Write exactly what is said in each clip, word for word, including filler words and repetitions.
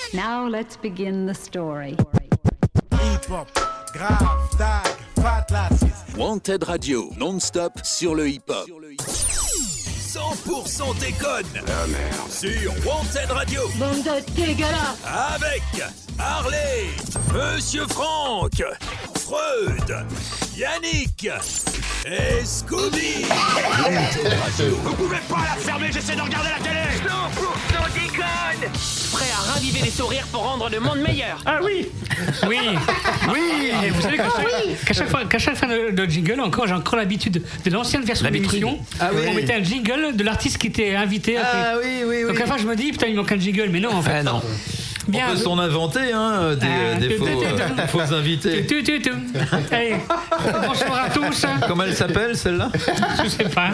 Now let's begin the story. Hip-hop, grave, tag, fat lasses. Wanted Radio, non-stop sur le hip-hop. cent pour cent déconne. Ah merde. Sur Wanted Radio. Bande de dégueulasse. Avec Harley, Monsieur Franck, Freud, Yannick et Scooby. Wanted Radio. Vous pouvez pas la fermer, j'essaie de regarder la télé. cent pour cent déconne. Prêt à raviver les sourires pour rendre le monde meilleur. Ah oui. Oui. Oui. Et vous savez qu'à chaque, oui. qu'à chaque fois, qu'à chaque fin de, de jingle, encore, j'ai encore l'habitude de l'ancienne version de l'émission. Ah oui. On mettait un jingle de l'artiste qui était invité. Ah oui, oui, oui. Donc à la fin, je me dis, putain, il manque un jingle, mais non, en fait. Ah non. Bien. On peut s'en inventer, hein, des, ah, des, faux, euh, des faux invités. Tu, tu, tu. Allez, bonsoir à tous. Comment elle s'appelle, celle-là? Je sais pas.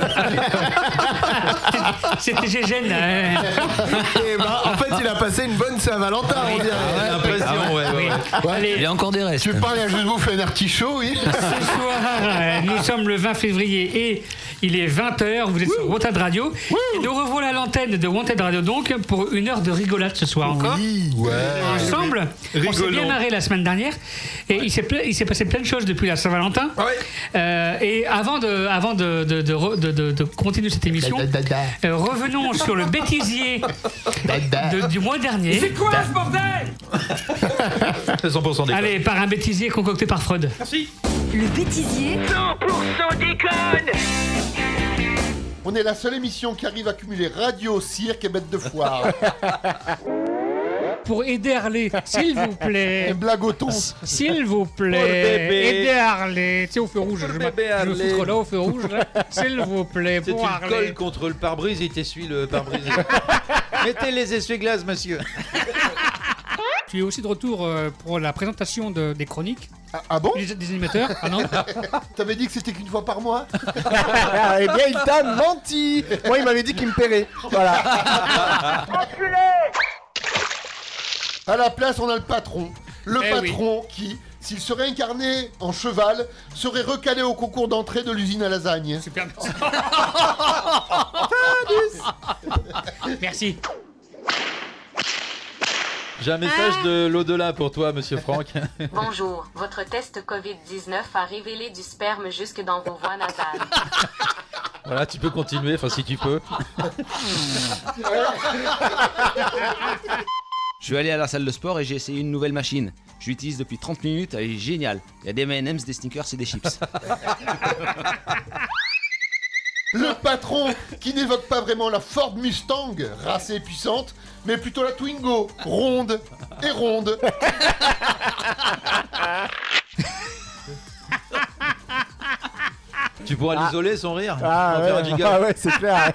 C'était Gégène. Hein. Et bah, en fait, il a passé une bonne Saint-Valentin, on dirait. J'ai l'impression, ah ouais. ouais, ouais. ouais. Il y a encore des restes. Tu parles à juste vous faire un artichaut, oui. Ce soir, nous sommes le vingt février et il est vingt heures. Vous êtes sur Wanted Radio. Wouh. Et nous revoilà l'antenne de Wanted Radio donc pour une heure de rigolade ce soir encore. Oui. Ouais. Ensemble, Rigolons. On s'est bien marré la semaine dernière et ouais. il, s'est, il s'est passé plein de choses depuis la Saint-Valentin. Ouais. Euh, et avant de, avant de, de, de, de, de, de continuer cette émission, da, da, da. Euh, revenons sur le bêtisier de, du mois dernier. C'est quoi ce bordel? C'est cent pour cent déconne. Allez, par un bêtisier concocté par Freud. Merci. Le bêtisier cent pour cent déconne. On est la seule émission qui arrive à cumuler radio, cirque et bête de foire. Pour aider Harley, s'il vous plaît. Et blague au thon. S'il vous plaît. Aider Harley. Tu sais, au feu rouge. Je, je me foutre là au feu rouge. Là. S'il vous plaît. C'est pour une Harley. colle contre le pare-brise, il t'essuie le pare-brise. Mettez les essuie-glaces, monsieur. Tu es aussi de retour pour la présentation de, des chroniques. Ah, ah bon? Des, des animateurs. Ah non. T'avais dit que c'était qu'une fois par mois? Eh bien, il t'a menti. Moi, il m'avait dit qu'il me paierait. Voilà. Enculé. À la place, on a le patron. Le eh patron oui. qui, s'il se réincarnait en cheval, serait recalé au concours d'entrée de l'usine à lasagne. Super. Merci. J'ai un message de l'au-delà pour toi, monsieur Franck. Bonjour, votre test covid dix-neuf a révélé du sperme jusque dans vos voies nasales. Voilà, tu peux continuer, enfin si tu peux. Je suis allé à la salle de sport et j'ai essayé une nouvelle machine. Je l'utilise depuis trente minutes, elle est géniale. Il y a des M and M's, des sneakers et des chips. Le patron qui n'évoque pas vraiment la Ford Mustang, racée et puissante, mais plutôt la Twingo, ronde et ronde. Tu pourras ah. l'isoler son rire. Ah, ouais, faire un ah ouais, c'est clair.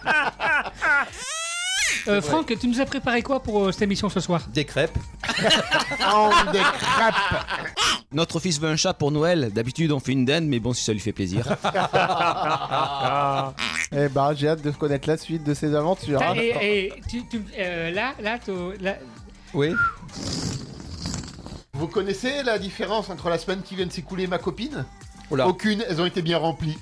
Euh, Franck, tu nous as préparé quoi pour euh, cette émission ce soir? Des crêpes. Oh, des crêpes. Notre fils veut un chat pour Noël. D'habitude, on fait une dinde, mais bon, si ça lui fait plaisir. Eh ben, j'ai hâte de connaître la suite de ses aventures. Hein. Et, et tu, tu, euh, là, là, là... Oui. Vous connaissez la différence entre la semaine qui vient de s'écouler et ma copine? Oula. Aucune, elles ont été bien remplies.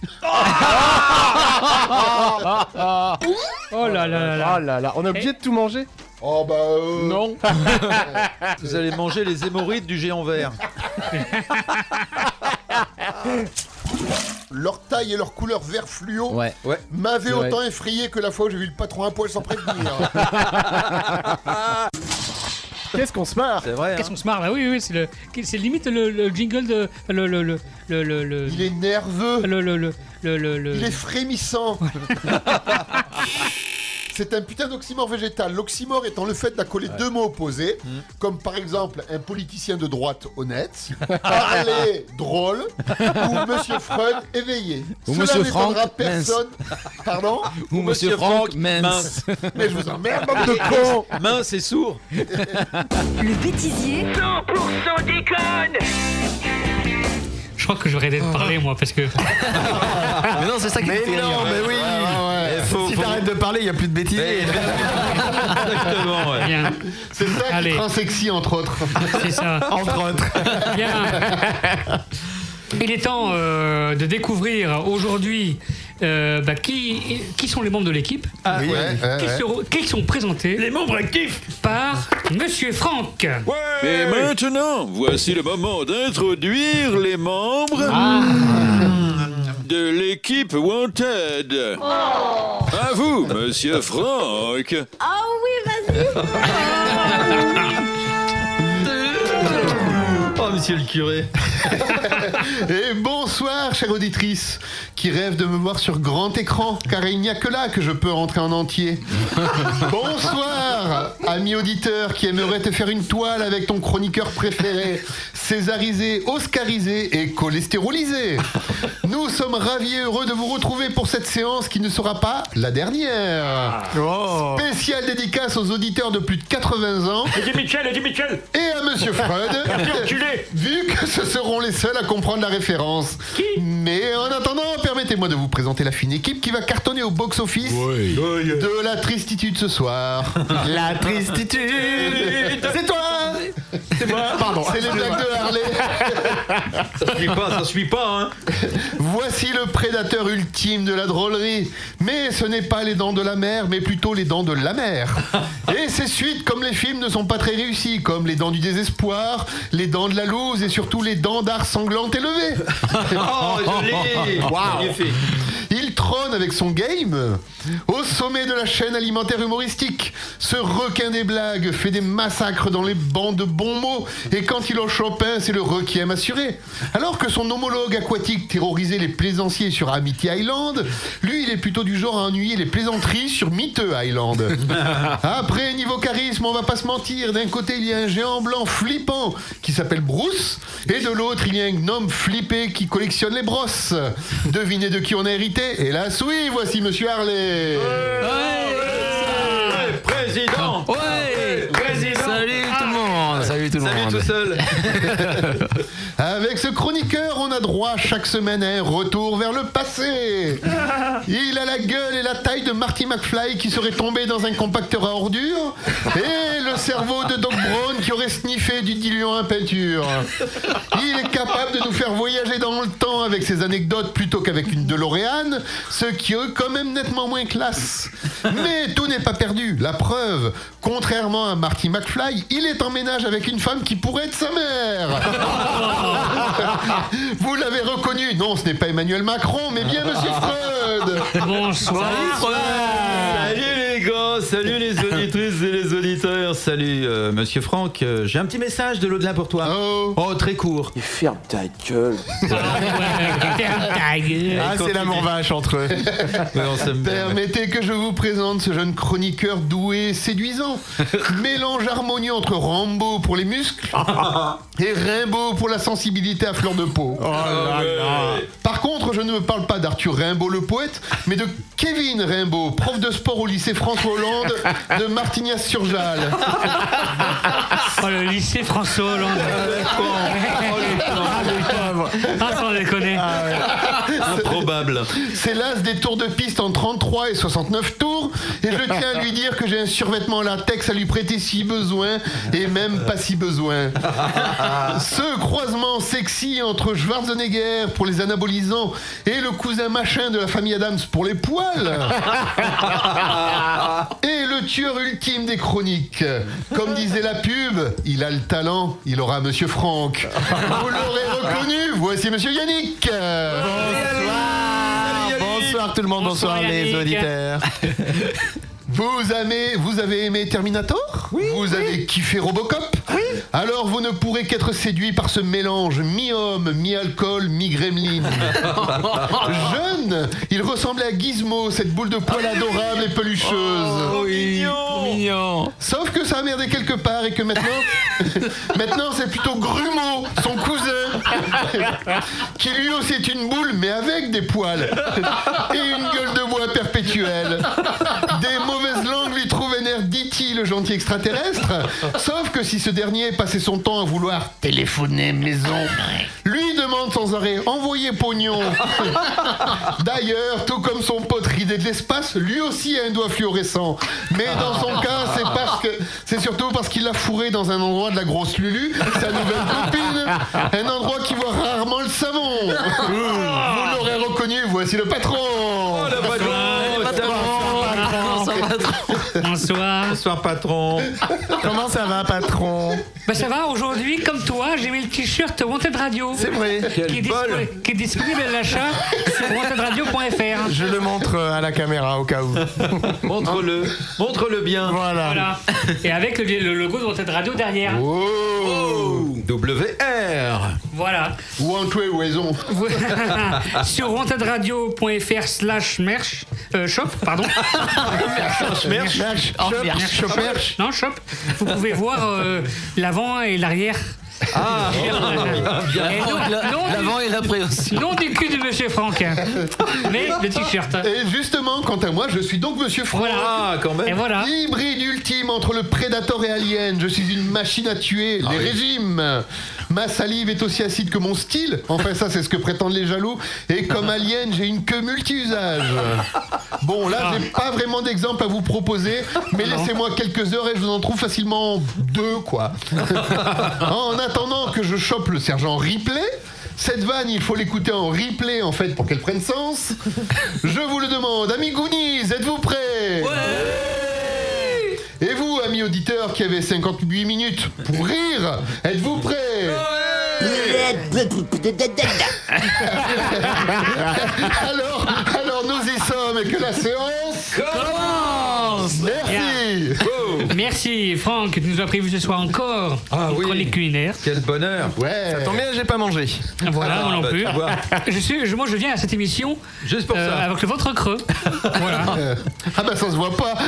Oh là là là là. Oh là là, on est obligé et... de tout manger? Oh bah euh... non. Vous allez manger les hémorroïdes du géant vert. Leur taille et leur couleur vert fluo ouais. Ouais. m'avaient autant vrai. effrayé que la fois où j'ai vu le patron à poil sans prévenir. Qu'est-ce qu'on se marre? C'est vrai. Qu'est-ce hein. qu'on se marre là? Oui, oui, c'est le, c'est limite le, le jingle de le le le le le. le Il est nerveux. Le le le le le. le... Il est frémissant. C'est un putain d'oxymore végétal. L'oxymore étant le fait d'accoler ouais. deux mots opposés, mmh. comme par exemple un politicien de droite honnête, Harley drôle, ou Monsieur Freud éveillé. Ou Cela Monsieur Franck personne. Pardon. Ou Monsieur Franck mince. Mais je vous emmerde, bande de cons. Mince et sourd. Le bêtisier cent pour cent déconne. Je crois que j'aurais dû te parler, moi, parce que... Mais non, c'est ça qui me fait rire. Non, mais oui. Ah, ouais. Faut, si faut... t'arrêtes de parler, il n'y a plus de bêtises. Exactement, ouais. Bien. C'est ça qui Allez. rend sexy, entre autres. C'est ça. Entre autres. Bien. Il est temps euh, de découvrir aujourd'hui euh, bah, qui, qui sont les membres de l'équipe ah, oui, ouais, qui, ouais. seront, qui sont présentés les membres actifs par Monsieur Franck. Ouais. Et maintenant, voici le moment d'introduire les membres ah. de l'équipe Wanted. Oh. À vous, Monsieur Franck. Oh oui, vas-y. Oh, monsieur le curé. Et bonsoir, chère auditrice, qui rêve de me voir sur grand écran, car il n'y a que là que je peux rentrer en entier. Bonsoir, ami auditeur qui aimerait te faire une toile avec ton chroniqueur préféré, césarisé, oscarisé et cholestérolisé. Nous sommes ravis et heureux de vous retrouver pour cette séance qui ne sera pas la dernière. Oh. Spéciale dédicace aux auditeurs de plus de quatre-vingts ans. Eddie Mitchell, Eddie Mitchell. Et à Monsieur Freud. Vu que ce seront les seuls à comprendre la référence. Qui ? Mais en attendant, permettez-moi de vous présenter la fine équipe qui va cartonner au box-office oui. de la tristitude ce soir. La tristitude. C'est toi. C'est moi. Pardon. C'est les blagues de Harley. Ça suit pas, ça suit pas, hein. Voici le prédateur ultime de la drôlerie. Mais ce n'est pas les dents de la mer, mais plutôt les dents de la mer. Et ces suites, comme les films, ne sont pas très réussis, comme les dents du désespoir, les dents de la loose et surtout les dents d'art sanglante élevées. Oh, je l'ai. Wow. Il trône avec son game au sommet de la chaîne alimentaire humoristique. Ce requin des blagues fait des massacres dans les bancs de bons mots et quand il en chope un, c'est le requiem assuré. Alors que son homologue aquatique terrorisait les plaisanciers sur Amity Island, lui il est plutôt du genre à ennuyer les plaisanteries sur Miteux Island. Après, niveau charisme, on va pas se mentir, d'un côté il y a un géant blanc flippant qui s'appelle Bruce et de l'autre il y a un gnome flippé qui collectionne les brosses. Devinez de qui on a hérité? Hélas oui, voici Monsieur Harley. Ouais, ouais, président. Ouais, président. Salut tout le monde. Salut tout le Salut monde. tout seul. Avec ce chroniqueur, on a droit chaque semaine à un retour vers le passé. Il a la gueule et la taille de Marty McFly qui serait tombé dans un compacteur à ordures et le cerveau de Doc Brown qui aurait sniffé du diluant à peinture. Il est capable de nous faire voyager dans le temps avec ses anecdotes plutôt qu'avec une DeLorean, ce qui est quand même nettement moins classe. Mais tout n'est pas perdu. La preuve, contrairement à Marty McFly, il est en ménage avec une femme qui pourrait être sa mère. Vous l'avez reconnu? Non, ce n'est pas Emmanuel Macron, mais bien Monsieur Freud. Bonsoir. Salut Freud. Salut les gars, salut les auditrices et les auditeurs. Salut euh, Monsieur Franck. Euh, j'ai un petit message de l'au-delà pour toi. Oh, oh très court. Et ferme ta gueule. Ah, c'est l'amour vache entre eux. Ouais, on s'aime bien. Permettez que je vous présente ce jeune chroniqueur doué et séduisant. Mélange harmonieux entre Rambo pour les muscles et Rimbaud pour la sensibilité à fleur de peau. Oh là là. Par contre, je ne me parle pas d'Arthur Rimbaud le poète, mais de Kevin Rimbaud, prof de sport au lycée François Hollande de Martignas-sur-Jalles. Oh, le lycée François Hollande. Ah, sans déconner. Ah, ouais. Improbable. C'est l'as des tours de piste en trente-trois et soixante-neuf tours, et je tiens à lui dire que j'ai un survêtement latex à lui prêter si besoin, et même pas si besoin. Ce croisement sexy entre Schwarzenegger pour les anabolisants et le cousin machin de la famille Adams pour les poils. Et le tueur ultime des chroniques. Comme disait la pub, il a le talent, il aura Monsieur Franck. Vous l'aurez reconnu, voici Monsieur Yannick. Bonsoir. Bonsoir tout le monde, bonsoir, bonsoir les auditeurs. Vous avez, vous avez aimé Terminator? Oui. Vous oui. avez kiffé Robocop? Oui. Alors vous ne pourrez qu'être séduit par ce mélange mi-homme, mi-alcool, mi-gremlin. Jeune, il ressemblait à Gizmo, cette boule de poil adorable et pelucheuse. Oh, oui. Mignon. Mignon. Sauf que ça a merdé quelque part et que maintenant, maintenant c'est plutôt Grumeau, son cousin, qui lui aussi est une boule mais avec des poils et une gueule de bois perpétuelle. Des mauvaises langues lui trouvent un air d'E T, le gentil extraterrestre. Sauf que si ce dernier passait son temps à vouloir téléphoner maison, lui demande sans arrêt envoyer pognon. D'ailleurs, tout comme son pote ridé de l'espace, lui aussi a un doigt fluorescent. Mais dans son cas, c'est parce que c'est surtout parce qu'il l'a fourré dans un endroit de la grosse Lulu, sa nouvelle copine, un endroit qui voit rarement le savon. Vous l'aurez reconnu. connu, voici le patron. Oh, le patron. Bonsoir. Bonsoir, patron. Comment ça va, patron? Bah ça va, aujourd'hui, comme toi, j'ai mis le t-shirt Wanted Radio. C'est vrai. Qui est, dispo- qui est disponible à l'achat sur wanted radio point f r. Je le montre à la caméra au cas où. Montre-le. Montre-le bien. Voilà. Voilà. Et avec le, le logo de Wanted Radio derrière. Oh. W R. Voilà. Ou un tué, raison. Sur wanted radio point f r slash merch. Euh, shop, pardon. Merch. Merch. Merch. Shop. Merch. Non, shop. Vous pouvez voir euh, l'avant et l'arrière. Ah, bien. Et non, non L'avant du- et l'après aussi. Non du cul de Monsieur Franck, mais le t-shirt. Et justement, quant à moi, je suis donc Monsieur Franck. Voilà. Ah, quand même. Et voilà. Hybride ultime entre le Predator et Alien. Je suis une machine à tuer. Les régimes. Ma salive est aussi acide que mon style. Enfin, ça, c'est ce que prétendent les jaloux. Et comme Alien, j'ai une queue multi-usage. Bon, là, j'ai pas vraiment d'exemple à vous proposer, mais laissez-moi quelques heures et je vous en trouve facilement deux, quoi. En attendant que je chope le sergent Ripley, cette vanne, il faut l'écouter en replay, en fait, pour qu'elle prenne sens. Je vous le demande, amis Goonies, êtes-vous prêts? Ouais. Et vous, amis auditeurs qui avez cinquante-huit minutes pour rire, êtes-vous prêts? alors, alors nous y sommes et que la séance commence. Merci. Oh. Merci Franck, tu nous as prévu ce soir encore Ah une oui. chronique culinaire. Quel bonheur. Ouais. Ça tombe bien, j'ai pas mangé. Voilà, Ah, moi non bah, plus. tu vois. Je suis, je, moi je viens à cette émission Juste pour euh, ça. avec le ventre creux. Voilà. Euh, ah bah ça se voit pas.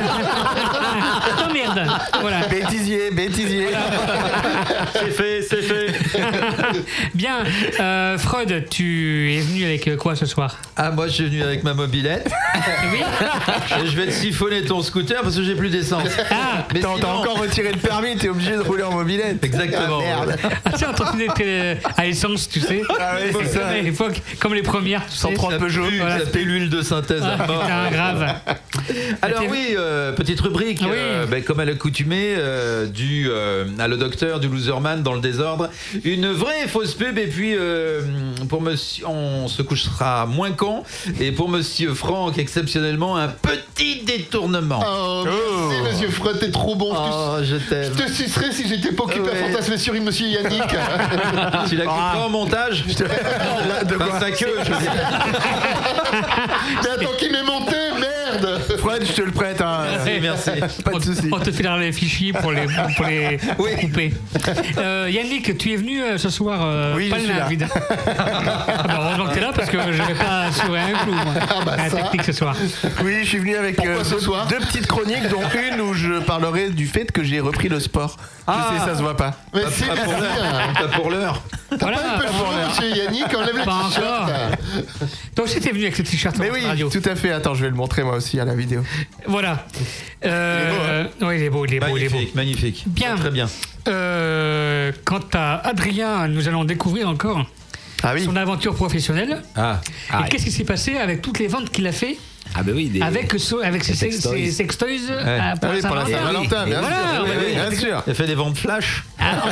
Oh merde. Voilà. Bêtisier, bêtisier. C'est fait, c'est fait. Bien. Euh, Freud, tu es venu avec quoi ce soir? Ah, moi, je suis venu avec ma mobilette. Oui. Et je vais te siphonner ton scooter parce que j'ai plus d'essence. Ah, Mais T'as sinon- t'as encore retiré le permis, t'es obligé de rouler en mobilette. Exactement. Ah, merde. ah tiens, on était à essence, tu sais. Ah ouais, c'est Comme ça. à l'époque, comme les premières, tu sais. cent trente Ça Peugeot. pue, Voilà. ça pilule de synthèse Ah, à mort. putain, grave. Alors T'es- oui, euh, petite rubrique, Ah oui. euh, ben, comme à l'accoutumée, euh, du euh, à le docteur du loserman dans le désordre, une vraie fausse pub et puis euh, pour monsieur, on se couchera moins con et pour monsieur Franck exceptionnellement un petit détournement. Oh, merci, monsieur Freud, t'es trop bon. Oh, je t'aime. Je te sucerais si j'étais pas occupé Ouais. à fantasmer sur une monsieur Yannick. Tu la couperas en montage. Là, de Enfin, quoi sa queue, je veux dire. Mais attends, qui m'est monté, merde. Fred, je te le prête. Hein. Merci, merci. Pas On- de soucis. On te filera les fichiers pour les, pour les pour Oui. couper. Euh, Yannick, tu es venu euh, ce soir euh, Oui, pas je le suis nez là. vide. Ah bah, heureusement que t'es là parce que je vais pas assurer un clou moi, Ah bah à la ça. technique ce soir. Oui, je suis venu avec Pourquoi euh, ce deux, soir deux petites chroniques, dont une où je parlerai du fait que j'ai repris le sport. Ah. Je sais, ça se voit pas. Mais Pas, c'est pas pour l'heure. bien. Pas pour l'heure. Voilà. Pas un peu chaud, monsieur Yannick, enlève le Pas t-shirt. encore. Toi aussi t'es venu avec ce t-shirt Mais en oui, radio. tout à fait. Attends, je vais le montrer moi aussi à la vidéo. Voilà. Euh, oui, il est beau, il est beau, il est beau. Magnifique, magnifique. Bien. Très bien. Euh, quant à Adrien, nous allons découvrir encore Ah oui. son aventure professionnelle. Ah. Et qu'est-ce qui s'est passé avec toutes les ventes qu'il a fait Ah bah oui, des... avec, so- avec ses, des ses- sextoys. ses sextoys euh, Ah oui, pour la Saint-Valentin. Saint-Valentin, bien Voilà, sûr. on va- Oui, oui, bien sûr. Il a fait des ventes flash.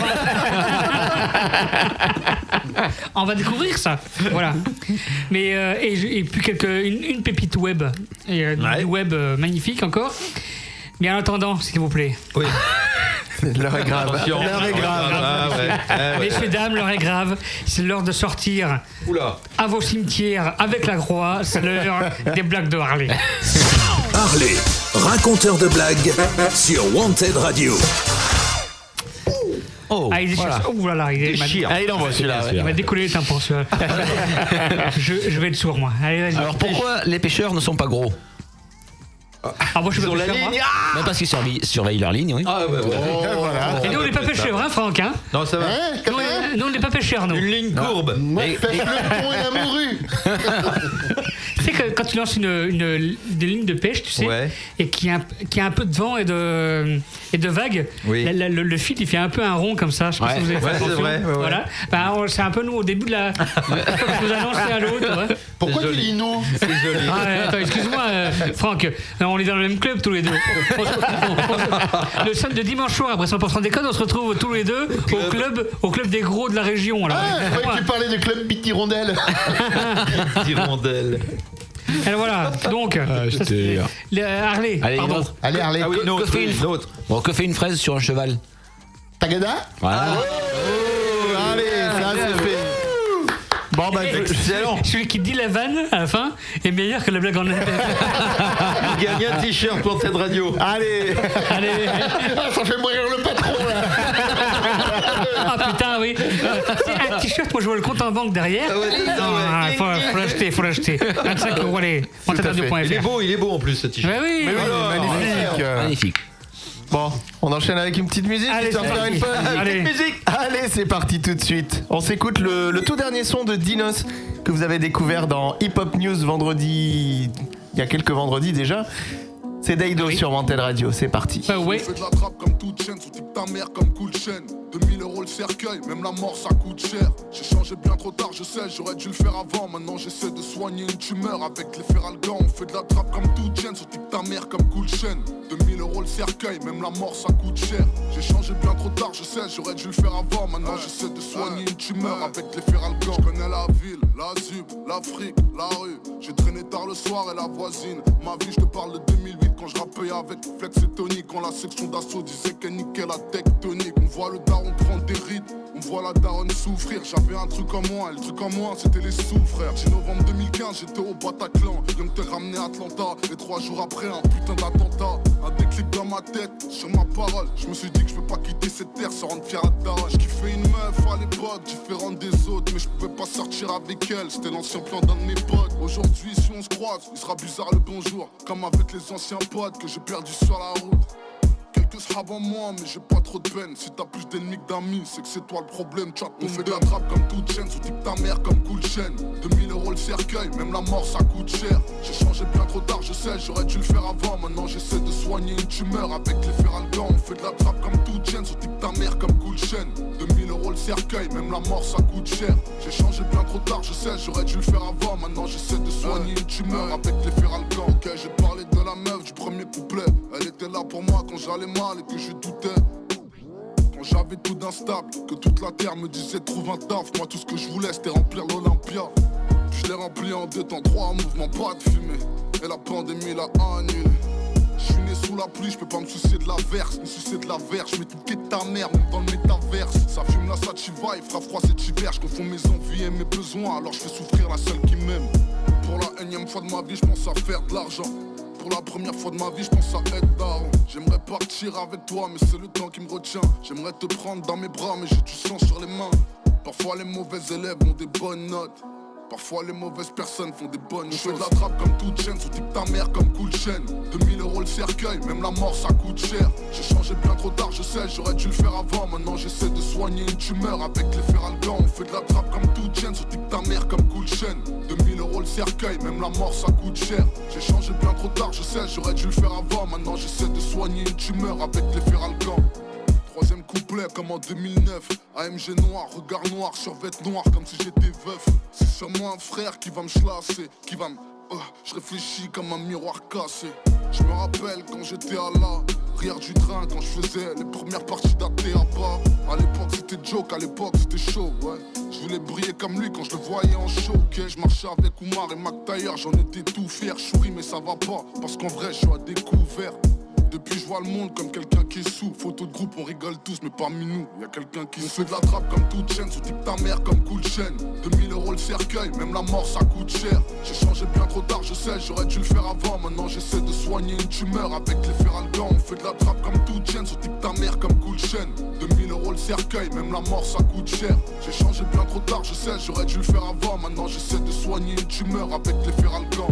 On va découvrir ça. Voilà. Mais euh, et, je- et puis quelques, une, une pépite web. Et, euh, Ouais. Du web euh, magnifique encore. Mais en attendant, s'il vous plaît. Oui. L'heure est grave. Attention. L'heure est grave. Ah, ouais. Ah, ouais. Messieurs, dames, l'heure est grave. C'est l'heure de sortir Oula. à vos cimetières avec la croix. C'est l'heure des blagues de Harley. Harley, raconteur de blagues sur Wanted Radio. Oh, Ah, il déchire. voilà. Oh là là, il, est, Déchire. Ah, il envoie celui-là. ouais. il va décoller les tympans, celui-là. je, je vais être sourd, moi. Allez, vas-y. alors pourquoi les pêcheurs ne sont pas gros? Ah, moi, je suis Ils pas ont la pêcheur, moi. ligne. Bah parce qu'ils surveillent, surveillent leur ligne, oui. Ah, ouais, ouais. Voilà. Et nous, on n'est pas pêcheurs, hein, Franck, hein. Non, ça va. Hein, Nous, comment on- nous, on n'est pas pêcheurs, nous. Une ligne courbe. Moi, je pêche le pont et la morue. Tu sais que quand tu lances une, une, des lignes de pêche, tu sais, Ouais. et qu'il y, a un- qu'il y a un peu de vent et de, et de vagues, Oui. la- la- le, le fil, il fait un peu un rond comme ça. Je sais pas Ouais. si vous avez fait Ouais, c'est attention. vrai, ouais, ouais. Voilà. Bah, on- c'est un peu nous au début de la. Comme je vous annonçais à l'autre. Ouais. Pourquoi tu dis nous? C'est joli. Ah, ouais, attends, excuse-moi, euh, Franck, euh, on est dans le même club tous les deux. On se- on- on se- le samedi de dimanche soir, après cent pour cent déconne, on se retrouve tous les deux au club, au club des gros de la région. Alors, Ah, je croyais que tu parlais du club Bitty Rondelle. Hirondelle. alors voilà, donc, Ah, ça, c'est- le- Harley, Allez, pardon. une autre. Allez, Harley. Ah oui, Que- une autre, que fait une- une autre. Bon, que fait une fraise sur un cheval? Tagada. Voilà. Allez, ça c'est fait. Bon bah je- Excellent. Celui qui dit la vanne à la fin est meilleur que la blague en elle. Il gagne un t-shirt pour cette radio. allez. Allez. Ah, ça fait mourir le patron là. Ah putain, oui. Euh, c'est un t-shirt, moi je vois le compte en banque derrière. Ah ouais, c'est ça, Non, ouais. ah, faut, faut l'acheter, faut l'acheter. vingt-cinq euros, allez. Tout à fait. Il est Montadradio.fr. beau, il est beau en plus ce t-shirt. Ouais, oui. Mais oui, Alors, magnifique. Euh, Magnifique. Bon, on enchaîne avec une petite musique Allez, histoire de c'est faire une parti. pause. Allez. Musique. Allez, c'est parti tout de suite. On s'écoute le, le tout dernier son de Dinos que vous avez découvert dans Hip Hop News vendredi, il y a quelques vendredis déjà. C'est Daido Oui. sur Wanted Radio, c'est parti. Bah ouais. On fait de la trappe comme toute chaîne, sous type ta mère comme cool chaîne. deux mille euros le cercueil, même la mort ça coûte cher. J'ai changé bien trop tard, je sais, j'aurais dû le faire avant. Maintenant j'essaie de soigner une tumeur avec les feralgans. On fait de la trappe comme toute chaîne, sous type ta mère comme cool chaîne. deux mille euros le cercueil, même la mort ça coûte cher. J'ai changé bien trop tard, je sais, j'aurais dû le faire avant. Maintenant j'essaie de soigner une tumeur avec les feralgans. Je connais la ville, la zub, l'Afrique, la rue. J'ai traîné tard le soir et la voisine. Ma vie, je te parle de deux mille huit quand je rappais avec Flex et Tony. Quand la section d'assaut disait qu'elle niquait la tectonique. On voit le daron prendre des rides, on voit la daronne souffrir. J'avais un truc en moi, et le truc en moi c'était les sous frères. dix novembre deux mille quinze, j'étais au Bataclan. Young te ramené à Atlanta, et trois jours après un putain d'attentat. Un déclic dans ma tête, sur ma parole. Je me suis dit que je peux pas quitter cette terre sans rendre fier à daronne. Je kiffais une meuf à l'époque, différente des autres, mais je pouvais pas sortir avec elle. C'était l'ancien plan d'un de mes potes. Aujourd'hui si on se croise, il sera bizarre le bonjour. Comme avec les anciens potes que j'ai perdus sur la route. Quelques srabs en moi, mais j'ai pas trop de peine. Si t'as plus d'ennemis que d'amis, c'est que c'est toi le problème. Tu on fait de la trappe comme toute chaîne, sous type ta mère comme cool chaîne. deux mille euros le cercueil, même la mort ça coûte cher. J'ai changé bien trop tard, je sais, j'aurais dû le faire avant. Maintenant j'essaie de soigner une tumeur avec les feralgans. On fait de la trappe comme toute chaîne, sous type ta mère comme cool chaîne. deux mille euros le cercueil, même la mort ça coûte cher. J'ai changé bien trop tard, je sais, j'aurais dû le faire avant. Maintenant j'essaie de soigner une tumeur avec les feralgans. Ok, j'ai parlé de la meuf du premier couplet. Elle était là pour moi quand j'allais mal et que je doutais. Quand j'avais tout d'instable, que toute la terre me disait trouve un taf. Moi tout ce que je voulais c'était remplir l'Olympia. Puis je l'ai rempli en deux temps, trois mouvements, pas de fumée. Et la pandémie l'a annulé. Je suis né sous la pluie, je peux pas me soucier de la verse, me soucier de la verge, je mets tout de ta mère, même dans le métaverse. Ça fume la sativa, il fera froid cet hiver, je confonds mes envies et mes besoins, alors je fais souffrir la seule qui m'aime. Pour la énième fois de ma vie, je pense à faire de l'argent. Pour la première fois de ma vie, je pense à être daron. J'aimerais partir avec toi, mais c'est le temps qui me retient. J'aimerais te prendre dans mes bras, mais j'ai du sang sur les mains. Parfois les mauvais élèves ont des bonnes notes. Parfois les mauvaises personnes font des bonnes choses. Je fais de la trappe comme toute chaîne, sous type ta mère comme cool chaîne. deux mille euros le cercueil, même la mort ça coûte cher. J'ai changé bien trop tard, je sais, j'aurais dû le faire avant. Maintenant j'essaie de soigner une tumeur avec les feralgans. On fait de la trappe comme toute chaîne, sous type ta mère comme cool chaîne. deux mille euros le cercueil, même la mort ça coûte cher. J'ai changé bien trop tard, je sais, j'aurais dû le faire avant. Maintenant j'essaie de soigner une tumeur avec les feralgans. Troisième couplet comme en deux mille neuf. A M G noir, regard noir, survêt noir comme si j'étais veuf. C'est sûrement un frère qui va me chlasser, qui va me... Euh, je réfléchis comme un miroir cassé. Je me rappelle quand j'étais à la rire du train, quand je faisais les premières parties d'A T A bas. À l'époque c'était joke, à l'époque c'était chaud, ouais. Je voulais briller comme lui quand je le voyais en show, ok. Je marchais avec Oumar et Mac Taylor, j'en étais tout fier. Je souris mais ça va pas, parce qu'en vrai je suis à découvert. Depuis je vois le monde comme quelqu'un qui est sous. Photo de groupe on rigole tous mais parmi nous y'a quelqu'un qui se fait de la trappe comme toute chaîne. Sous type ta mère comme cool chaîne. deux mille euros le cercueil, même la mort ça coûte cher. J'ai changé bien trop tard je sais, j'aurais dû le faire avant. Maintenant j'essaie de soigner une tumeur avec les feralgans. On fait de la trappe comme toute chaîne. Sous type ta mère comme cool chaîne. deux mille euros le cercueil, même la mort ça coûte cher. J'ai changé bien trop tard je sais, j'aurais dû le faire avant. Maintenant j'essaie de soigner une tumeur avec les feralgans.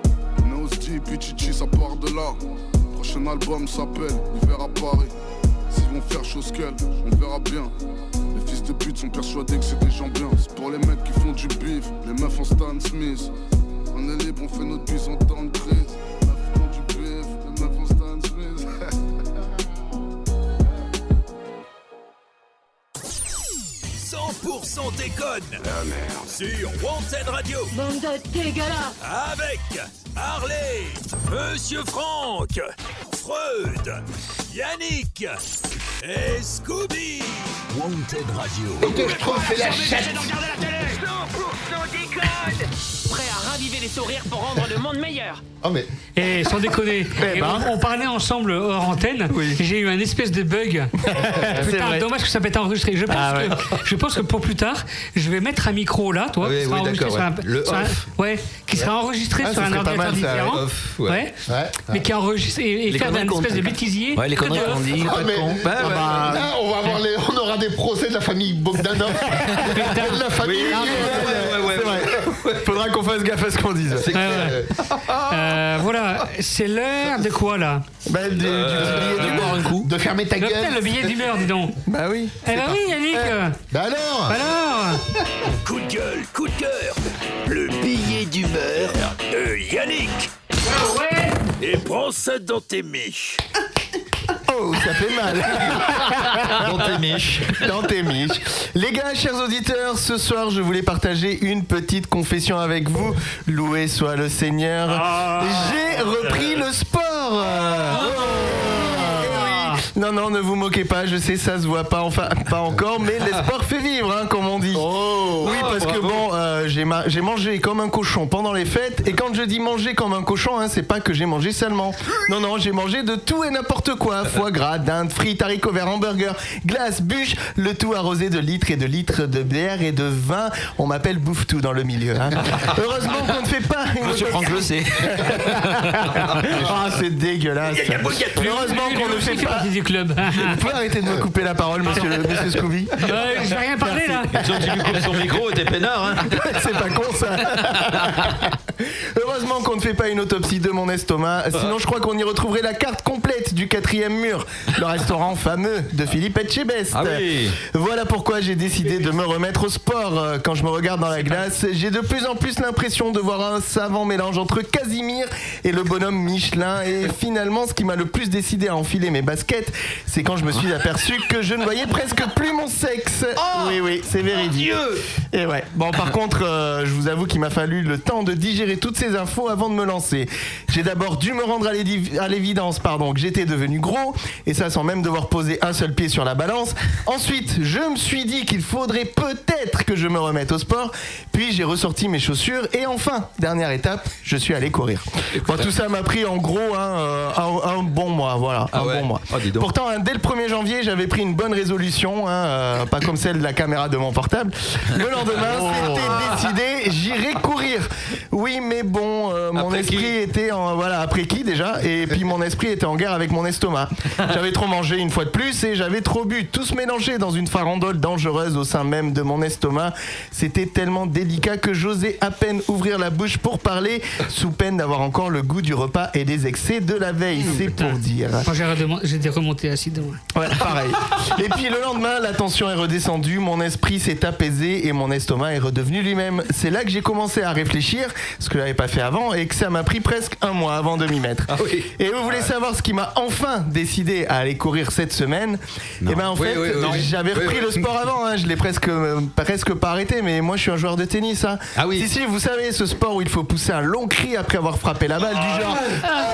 Nosdi, Pichichi ça part de là. Prochain album s'appelle Hiver à Paris. S'ils vont faire chose qu'elle, on verra bien. Les fils de pute sont persuadés que c'est des gens bien. C'est pour les mecs qui font du bif, les meufs en Stan Smith. On est libre, on fait notre bise en temps de crise. Les meufs font du bif, les meufs en Stan Smith. cent pour cent déconne. La merde. Sur Wanted Radio. Bande de dégueulasses. Avec Harley, Monsieur Franck, Freud, Yannick et Scooby. Wanted Radio. Et que je trouve c'est la chatte. cent pour cent déconne. Prêt à raviver les sourires pour rendre le monde meilleur. Oh mais... Et sans déconner, Eh et ben. on, on parlait ensemble hors antenne. Oui. J'ai eu un espèce de bug. Putain, vrai. dommage que ça peut être enregistré. Je pense, Ah ouais. que, je pense que pour plus tard, je vais mettre un micro là, toi, Oui, qui sera oui, enregistré d'accord, sur un, ouais. Le sur un- off. ouais, qui sera enregistré Ah, sur ça un serait pas ordinateur mal, ça, différent. Off, ouais. Ouais. Ouais. Mais qui est enregistré et, et Les faire conneries un qu'on espèce de dit. bêtisier. Ouais, les que conneries de qu'on off. dit. Ah, mais, Bah, ah, ouais. bah, là, on va avoir les, on aura des procès de la famille Bogdanov. de la famille. Oui, ouais, ouais, ouais, c'est vrai. Faudra qu'on fasse gaffe à ce qu'on dise. C'est Ouais, clair. ouais. Euh, voilà, c'est l'heure de quoi là? Bah, du, du billet du boire un coup. De fermer ta Le, putain, gueule. le billet d'humeur, dis donc. Bah oui. Eh ben oui, Yannick. Bah alors Alors, Coup de gueule, coup de cœur. Le billet d'humeur de Yannick. ouais. Et prends ça dans tes miches. Oh, ça fait mal. Dans tes miches. Dans tes miches. Les gars, chers auditeurs, ce soir, je voulais partager une petite confession avec vous. Loué soit le Seigneur. J'ai repris le sport. Eh oui. Non, non, ne vous moquez pas, je sais, ça se voit pas, enfin, pas encore, mais l'espoir fait vivre, hein, comme on dit. Oh. Oui, parce que bon, euh, j'ai, ma- j'ai mangé comme un cochon pendant les fêtes, et quand je dis manger comme un cochon, hein, c'est pas que j'ai mangé seulement. Non, non, j'ai mangé de tout et n'importe quoi. Foie gras, dinde, frites, haricots verts, hamburgers, glace, bûche, le tout arrosé de litres et de litres de bière et de vin. On m'appelle bouffe-tout dans le milieu. Hein. Heureusement qu'on ne fait pas une Monsieur Franck, je le sais. Ah, c'est dégueulasse. Heureusement qu'on ne fait fait pas. partie du club. Vous pouvez arrêter de me couper la parole, monsieur, le- monsieur Scooby? Ouais, je vais rien parler là. Ils ont dit lui couper son micro et t'es peinard, hein. C'est pas con ça. Heureusement qu'on ne fait pas une autopsie de mon estomac, sinon je crois qu'on y retrouverait la carte complète du quatrième mur, le restaurant fameux de Philippe Etchebest. Ah oui. Voilà pourquoi j'ai décidé de me remettre au sport. Quand je me regarde dans la glace, j'ai de plus en plus l'impression de voir un savant mélange entre Casimir et le bonhomme Michelin. Et finalement, ce qui m'a le plus décidé à enfiler mes baskets, c'est quand je me suis aperçu que je ne voyais presque plus mon sexe. Oui, oui, c'est véridique. Et ouais. Bon, par contre, euh, je vous avoue qu'il m'a fallu le temps de digérer toutes ces infos avant de me lancer. J'ai d'abord dû me rendre à l'édi- à l'évidence, pardon, que j'étais devenu gros, et ça sans même devoir poser un seul pied sur la balance. Ensuite, je me suis dit qu'il faudrait peut-être que je me remette au sport. Puis j'ai ressorti mes chaussures, et enfin, dernière étape, je suis allé courir. Bon, tout ça m'a pris en gros hein, euh, un, un bon mois, voilà, Ah un ouais. bon mois. Oh, dis donc. Pourtant, hein, dès le premier janvier, j'avais pris une bonne résolution, hein, euh, pas comme celle de la caméra de mon portable. Le lendemain, c'était décidé, j'irai courir. Oui, mais bon, euh, mon Après esprit qui était en voilà après qui déjà, et puis mon esprit était en guerre avec mon estomac. J'avais trop mangé une fois de plus et j'avais trop bu, tout se mélangeait dans une farandole dangereuse au sein même de mon estomac. C'était tellement délicat que j'osais à peine ouvrir la bouche pour parler, sous peine d'avoir encore le goût du repas et des excès de la veille. C'est pour dire. Moi, j'ai redem- j'ai des remontées acides. Ouais. Ouais, pareil. Et puis le lendemain, la tension est redescendue, mon esprit s'est apaisé et mon estomac est redevenu lui-même. C'est là que j'ai commencé à réfléchir, ce que je n'avais pas fait avant, et que ça m'a pris presque un mois avant de m'y mettre. Ah oui. Et vous voulez savoir ce qui m'a enfin décidé à aller courir cette semaine? Et ben en Oui, fait, oui, oui, oui. j'avais Oui, repris oui. le sport avant, hein, je l'ai presque, euh, presque pas arrêté, mais moi je suis un joueur de tennis. Hein. Ah oui. Si, si, vous savez, ce sport où il faut pousser un long cri après avoir frappé la balle, du genre.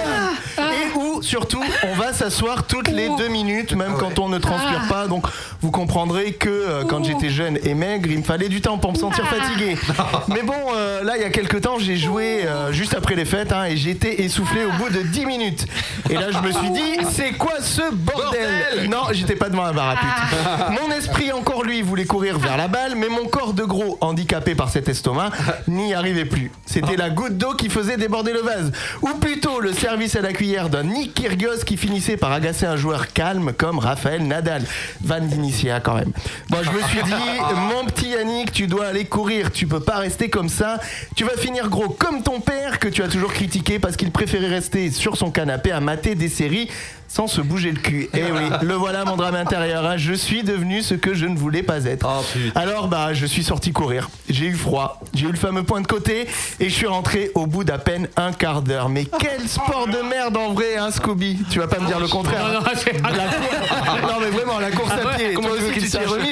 Et où, surtout, on va s'asseoir toutes les deux minutes, même quand on ne transpire pas. Donc, vous comprendrez que euh, quand j'étais jeune et maigre, il me fallait du temps pour me sentir fatigué. Mais bon, euh, là, il y a quelques temps, j'ai joué euh, juste après les fêtes hein, et j'étais essoufflé au bout de dix minutes. Et là, je me suis dit, c'est quoi ce bordel, Bordel Non, j'étais pas devant un bar à pute. Mon esprit, encore lui, voulait courir vers la balle, mais mon corps de gros, handicapé par cet estomac, n'y arrivait plus. C'était la goutte d'eau qui faisait déborder le vase. Ou plutôt le service à la cuillère d'un Nick Kyrgios qui finissait par agacer un joueur calme comme Raphaël Nadal. Van d'initié quand même. Bon, je me suis dit, mon petit Yannick, tu dois aller courir. Tu peux pas rester comme ça. Tu vas finir gros comme ton père que tu as toujours critiqué parce qu'il préférait rester sur son canapé à mater des séries sans se bouger le cul. Eh oui, le voilà mon drame intérieur. Hein. Je suis devenu ce que je ne voulais pas être. Oh, Alors bah je suis sorti courir. J'ai eu froid, j'ai eu le fameux point de côté et je suis rentré au bout d'à peine un quart d'heure. Mais quel sport de merde en vrai, hein Scooby. Tu vas pas me dire le contraire. Non, non, c'est- La cour- non mais vraiment la course Ah à ouais, pied. comment Toi tu veux aussi qu'il tu t'y es sache remis,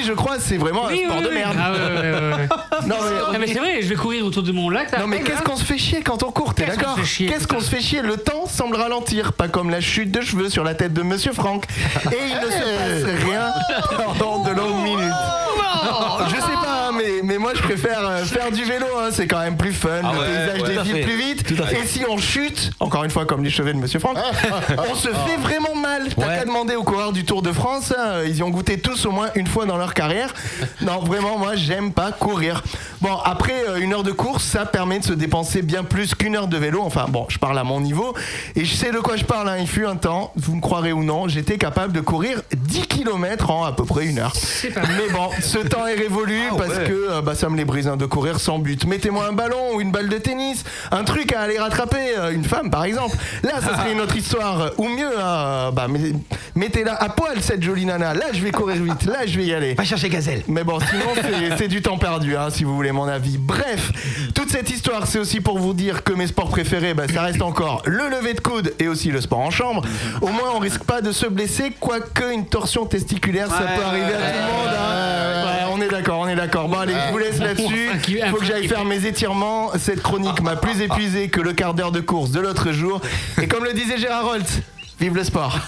je crois, c'est vraiment oui, un sport oui, de oui. merde. Ah ouais, ouais, ouais, ouais. Non, mais, Ah, mais c'est vrai, je vais courir autour de mon lac. Là, non mais qu'est-ce qu'on se fait chier quand on court, t'es Qu'est-ce d'accord qu'on se fait chier, Qu'est-ce qu'on se fait chier Le temps semble ralentir, pas comme la chute de cheveux sur la tête de Monsieur Franck. Et il ne se passe rien pendant de longues minutes. Je sais pas, mais, mais moi je préfère euh, faire du vélo, hein, c'est quand même plus fun, Ah le ouais, paysage ouais, défile plus vite. Et si on chute, encore une fois comme les cheveux de Monsieur Franck, on se fait vraiment mal. T'as Ouais. qu'à demander aux coureurs du Tour de France, hein, ils y ont goûté tous au moins une fois dans leur carrière. Non, vraiment, moi j'aime pas courir. Bon, après euh, une heure de course, ça permet de se dépenser bien plus qu'une heure de vélo. Enfin bon, je parle à mon niveau et je sais de quoi je parle. Hein. Il fut un temps, vous me croirez ou non, j'étais capable de courir dix kilomètres en à peu près une heure. Mais bon, ce temps est révolu Ah, parce ouais. que euh, bah, ça me les brise hein, de courir sans but. Mettez-moi un ballon ou une balle de tennis, un truc à aller rattraper, euh, une femme par exemple. Là, ça serait une autre histoire. Ou mieux, hein, bah, mais- mettez-la à poil cette jolie nana. Là, je vais courir vite. Là, je vais y aller. Va chercher Gazelle. Mais bon, sinon, c'est- c'est du temps perdu, hein, si vous voulez mon avis. Bref, toute cette histoire, c'est aussi pour vous dire que mes sports préférés, bah, ça reste encore le lever de coude et aussi le sport en chambre. Au moins, on risque pas de se blesser, quoique une torsion testiculaire, ça Ouais, peut arriver à ouais, tout le monde. hein. Ouais, on est d'accord, on est d'accord. Bon, allez, je vous laisse là-dessus. Un Faut que j'aille faire mes étirements. Cette chronique m'a plus épuisé que le quart d'heure de course de l'autre jour. Et comme le disait Gérard Holt, vive le sport.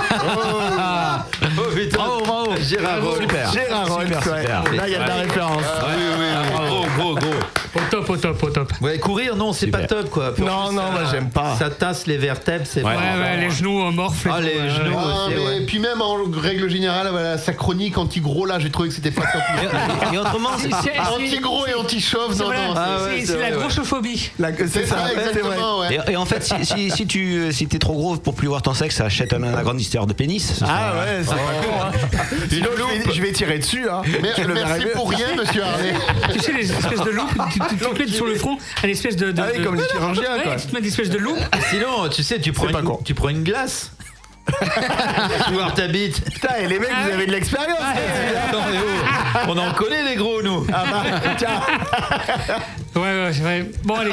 Oh putain. Bravo, bravo. Gérard Holt. Super. Gérard Holt, Super, ouais. super. Là, il y a de la référence. Oui, oui, oui. Gros, gros, gros. Au top, au top, au top. Ouais, courir, non, c'est Super. pas top quoi. Puis en Non, plus, non, ça- moi, j'aime pas. Ça tasse les vertèbres, c'est Ouais, vraiment- ouais, les genoux euh, morflent. et Ah, tout, les ouais, genoux. ouais. Ah, c'est- mais ouais. puis même en règle générale, voilà, sa chronique anti-gros là, j'ai trouvé que c'était pas top. Et autrement, c'est- C'est- c'est- Anti-gros et anti-chauve, c'est non, voilà, non. Ah c'est- ouais, c'est- c'est c'est la vrai, ouais. grossophobie. La- C'est C'est ça, ça, c'est vrai. exactement, ouais. Et, et en fait, si, si, si tu si t'es trop gros pour plus voir ton sexe, achète un agrandisseur de pénis. ce sera- Ah ouais, c'est pas con, hein. Sinon, je vais, je vais tirer dessus, hein. Mais- Tu le verras merci mieux. pour rien, monsieur Harley. Tu sais, les espèces de loupes, tu, tu, tu te mets sur le front, une espèce de. de Ah oui, de- comme les chirurgiens, Ouais, quoi. tu te mets des espèces de loupes. Sinon, tu sais, tu prends, C'est pas une, con. tu prends une glace. Tu vois ta bite. Putain, et les mecs, vous avez de l'expérience. Attends, mais oh, on en connaît les gros, nous. Ah bah, tiens. Ouais, ouais, c'est vrai. Bon, allez.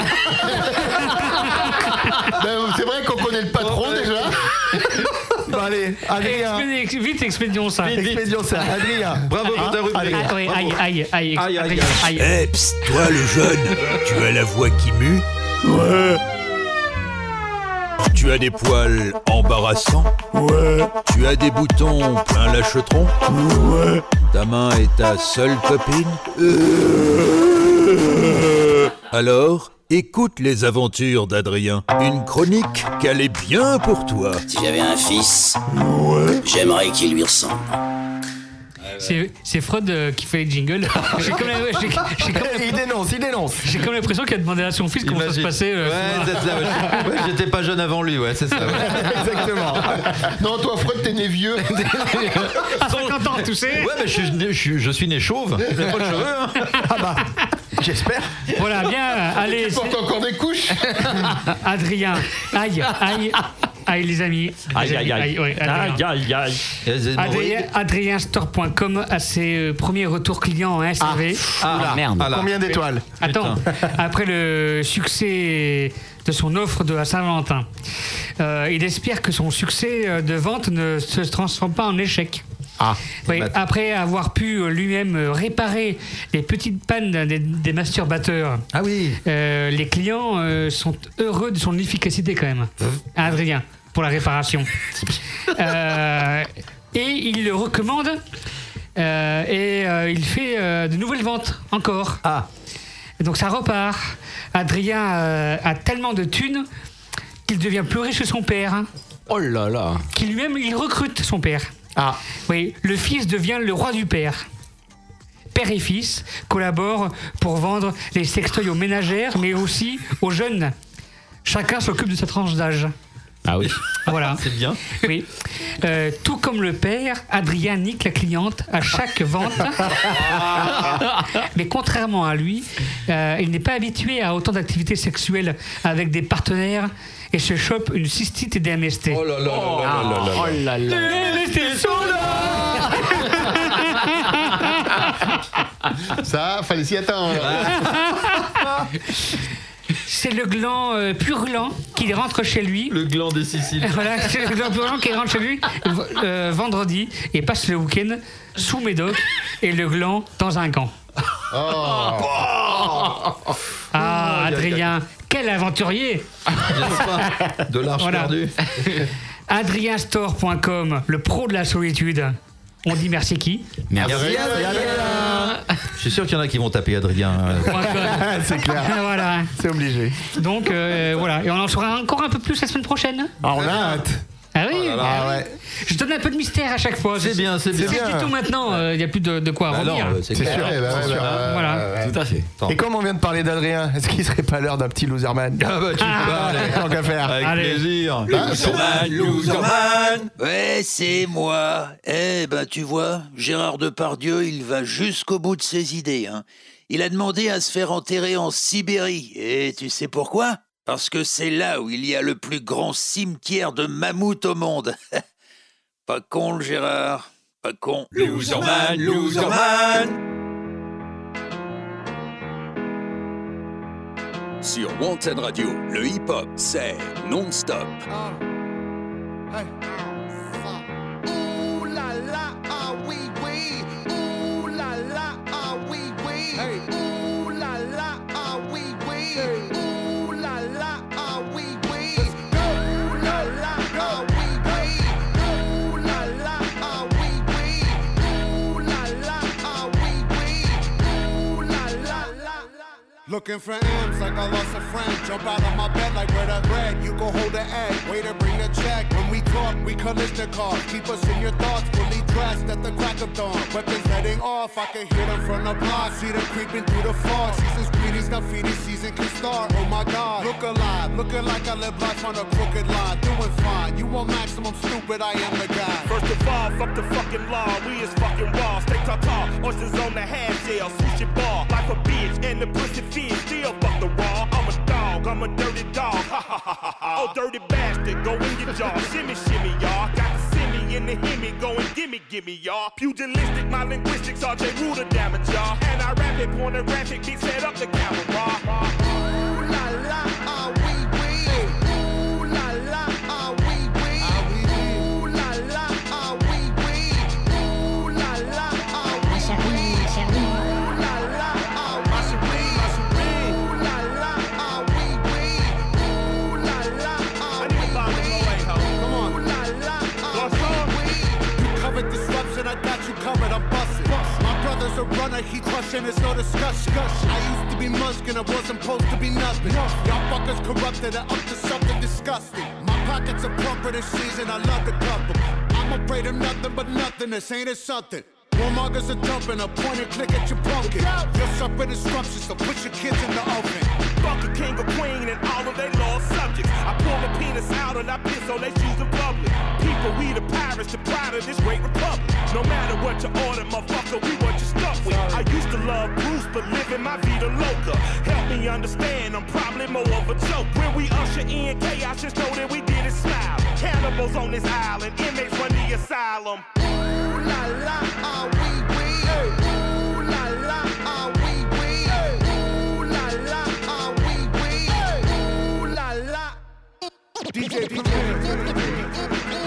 Ben, c'est vrai qu'on connaît le patron déjà. Bon, allez, Adrien. Expédi- Vite, expédions ça. Expédions ça. Adrien. Bravo pour ta rubrique. Allez. Ah, ouais, aïe, aïe, aïe, Aïe, aïe, aïe, aïe. Eh, psst, toi le jeune, tu as la voix qui mue. Ouais, Tu as des poils embarrassants. ouais, Tu as des boutons plein lâchetron. ouais. Ta main est ta seule copine. Alors, écoute les aventures d'Adrien. Une chronique qu'elle est bien pour toi. Si j'avais un fils, Ouais. j'aimerais qu'il lui ressemble. C'est c'est Freud euh, qui fait les jingles. J'ai comme la- j'ai- j'ai comme Il dénonce, il dénonce. j'ai comme l'impression qu'il a demandé à son fils comment ça se Imagine. passait. euh, Ouais, ce c'est ça. Ouais. Ouais, j'étais pas jeune avant lui, ouais, c'est ça. Ouais. Exactement. Non, toi, Freud, t'es né vieux. À cinquante ans, tu sais. Ouais, mais je suis, né- je suis, je suis né chauve. J'ai pas de cheveux, hein. Ah bah, j'espère. Voilà, bien, allez, Tu portes c'est- encore des couches. Adrien. Aïe, aïe, aïe, les amis. Aïe, Les aïe, amis, aïe. ouais, Adrien. Aïe, aïe, aïe. Et les hémorroïdes. Adrien, adrienstore point com a ses euh, premiers retours clients en S R V. Ah, merde. ah là. Combien d'étoiles? Attends, après le succès de son offre de la Saint-Valentin, euh, il espère que son succès euh, de vente ne se transforme pas en échec. Ah. Oui, après avoir pu euh, lui-même euh, réparer les petites pannes des, des masturbateurs, Ah oui. euh, les clients euh, sont heureux de son efficacité quand même. Adrien, pour la réparation. Euh, et il le recommande euh, et euh, il fait euh, de nouvelles ventes encore. Ah. Et donc ça repart. Adrien euh, a tellement de thunes qu'il devient plus riche que son père. hein, Oh là là. Qui lui-même, il recrute son père. Ah. Oui, le fils devient le roi du père. Père et fils collaborent pour vendre les sextoys aux ménagères, mais aussi aux jeunes. Chacun s'occupe de sa tranche d'âge. Ah oui. Voilà. C'est bien. Oui. Euh, tout comme le père, Adrien nique la cliente à chaque vente. Mais contrairement à lui, euh, il n'est pas habitué à autant d'activités sexuelles avec des partenaires et se chope une cystite et des M S T. Oh là là là là là là là. Oh là là. Les M S T sont là. Ça, fallait s'y attendre. c'est le gland euh, purulent qui rentre chez lui. Le gland des Siciles. Voilà, c'est le gland purulent qui rentre chez lui euh, vendredi et passe le week-end sous Médoc et le gland dans un gant. Oh. Ah, Adrien, quel aventurier! De l'arche voilà. perdue. adrien store point com, le pro de la solitude. On dit merci qui? Merci, merci Adrien. Je suis sûr qu'il y en a qui vont taper Adrien. C'est clair. Voilà. C'est obligé. Donc euh, voilà, et on en saura encore un peu plus la semaine prochaine. Ah, on a hâte. Ah oui, oh là là, ah ouais. Je donne un peu de mystère à chaque fois. C'est bien, c'est bien. Si je dis tout maintenant, il euh, n'y a plus de, de quoi bah revenir. Non, c'est sûr. Bah, ouais, sûr. bah, bah, voilà. ouais. Tout à fait. Attends. Et comme on vient de parler d'Adrien, est-ce qu'il serait pas l'heure d'un petit loserman? Ah bah tu ah, parles. Tant qu'à faire. Avec Allez. plaisir. Ah, Loserman, Loserman. Ouais, c'est moi. Eh ben, tu vois, Gérard Depardieu, il va jusqu'au bout de ses idées. Hein. Il a demandé à se faire enterrer en Sibérie. Et tu sais pourquoi? Parce que c'est là où il y a le plus grand cimetière de mammouths au monde. Pas con, le Gérard. Pas con. Loserman, Loserman. Sur Wanted Radio, le hip-hop, c'est non-stop. Hey. Ooh la la, ah oui oui. Ooh la la, ah oui oui. Hey. Ooh la la, ah oui oui. Ooh la la, ah oui oui. Ooh la la, ah oui oui. Ooh la la, ah oui oui. Ooh la la, ah oui oui. Ooh la la la. Looking for amps like I lost a friend. Jump out of my bed like where the bread. You go hold the egg. Waiter, bring the check. When we talk, we Kalishnikov. Keep us in your thoughts, fully dressed at the crack of dawn. Weapons heading off, I can hear them from the block. See them creeping through the fog. Season's greetings, graffiti season can start. Oh my God, look alive, looking like I live life on a crooked line. Doing fine, you want maximum stupid, I am the guy. First of all, fuck the fucking law. We is fucking raw. Stay ta-ta, oysters on the half shell. Swoosh your ball, like a bitch, and the pussy fish. Still fuck the raw. I'm a dog, I'm a dirty dog. Ha ha ha ha ha. Oh, dirty bastard, go in your jaw. Shimmy, shimmy, y'all. Got the simmy in the himmy, go and gimme, gimme, y'all. Pugilistic, my linguistics, R J Ruder damage, y'all. And I rap it, pornographic, beat set up the camera. Ooh la la, ah oui oui. Ooh la la, ah oui oui. Ooh la la, ah oui oui. Ooh la la, ah oui oui. Ooh la la, ah oui oui. Ooh la la, ah oui oui. Ooh la la, ah oui oui. Come on. Ooh la la, ah oui oui. You covered disruption, I got you covered, I'm busted. My brother's a runner, he crushing, there's no discussion. I used to be muskin', I wasn't supposed to be nothing. Y'all fuckers corrupted and up to something disgusting. My pockets are plumper this season, I love the couple. I'm afraid of nothing but nothing, this ain't it something. Warmongers are dumping, a point and click at your pumpkin. Your serpent instructions, so put your kids in the oven. Fuck a king or queen and all of their lost subjects. I pull the penis out and I piss on their shoes in public. People, we the pirates, the pride of this great republic. No matter what you order, motherfucker, we what you stuck with. I used to love Bruce, but living my vida loca. Help me understand, I'm probably more of a joke. When we usher in chaos, just know that we did it smile. Cannibals on this island, inmates run the asylum. Ooh la la, ah oui oui. Ooh la la, ah oui oui. Ooh la la, ah oui oui. Ooh la la. D J, D J.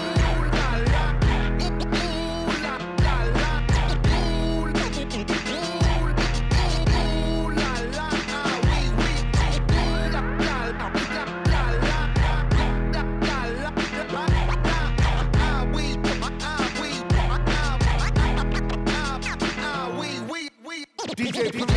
D J, D J.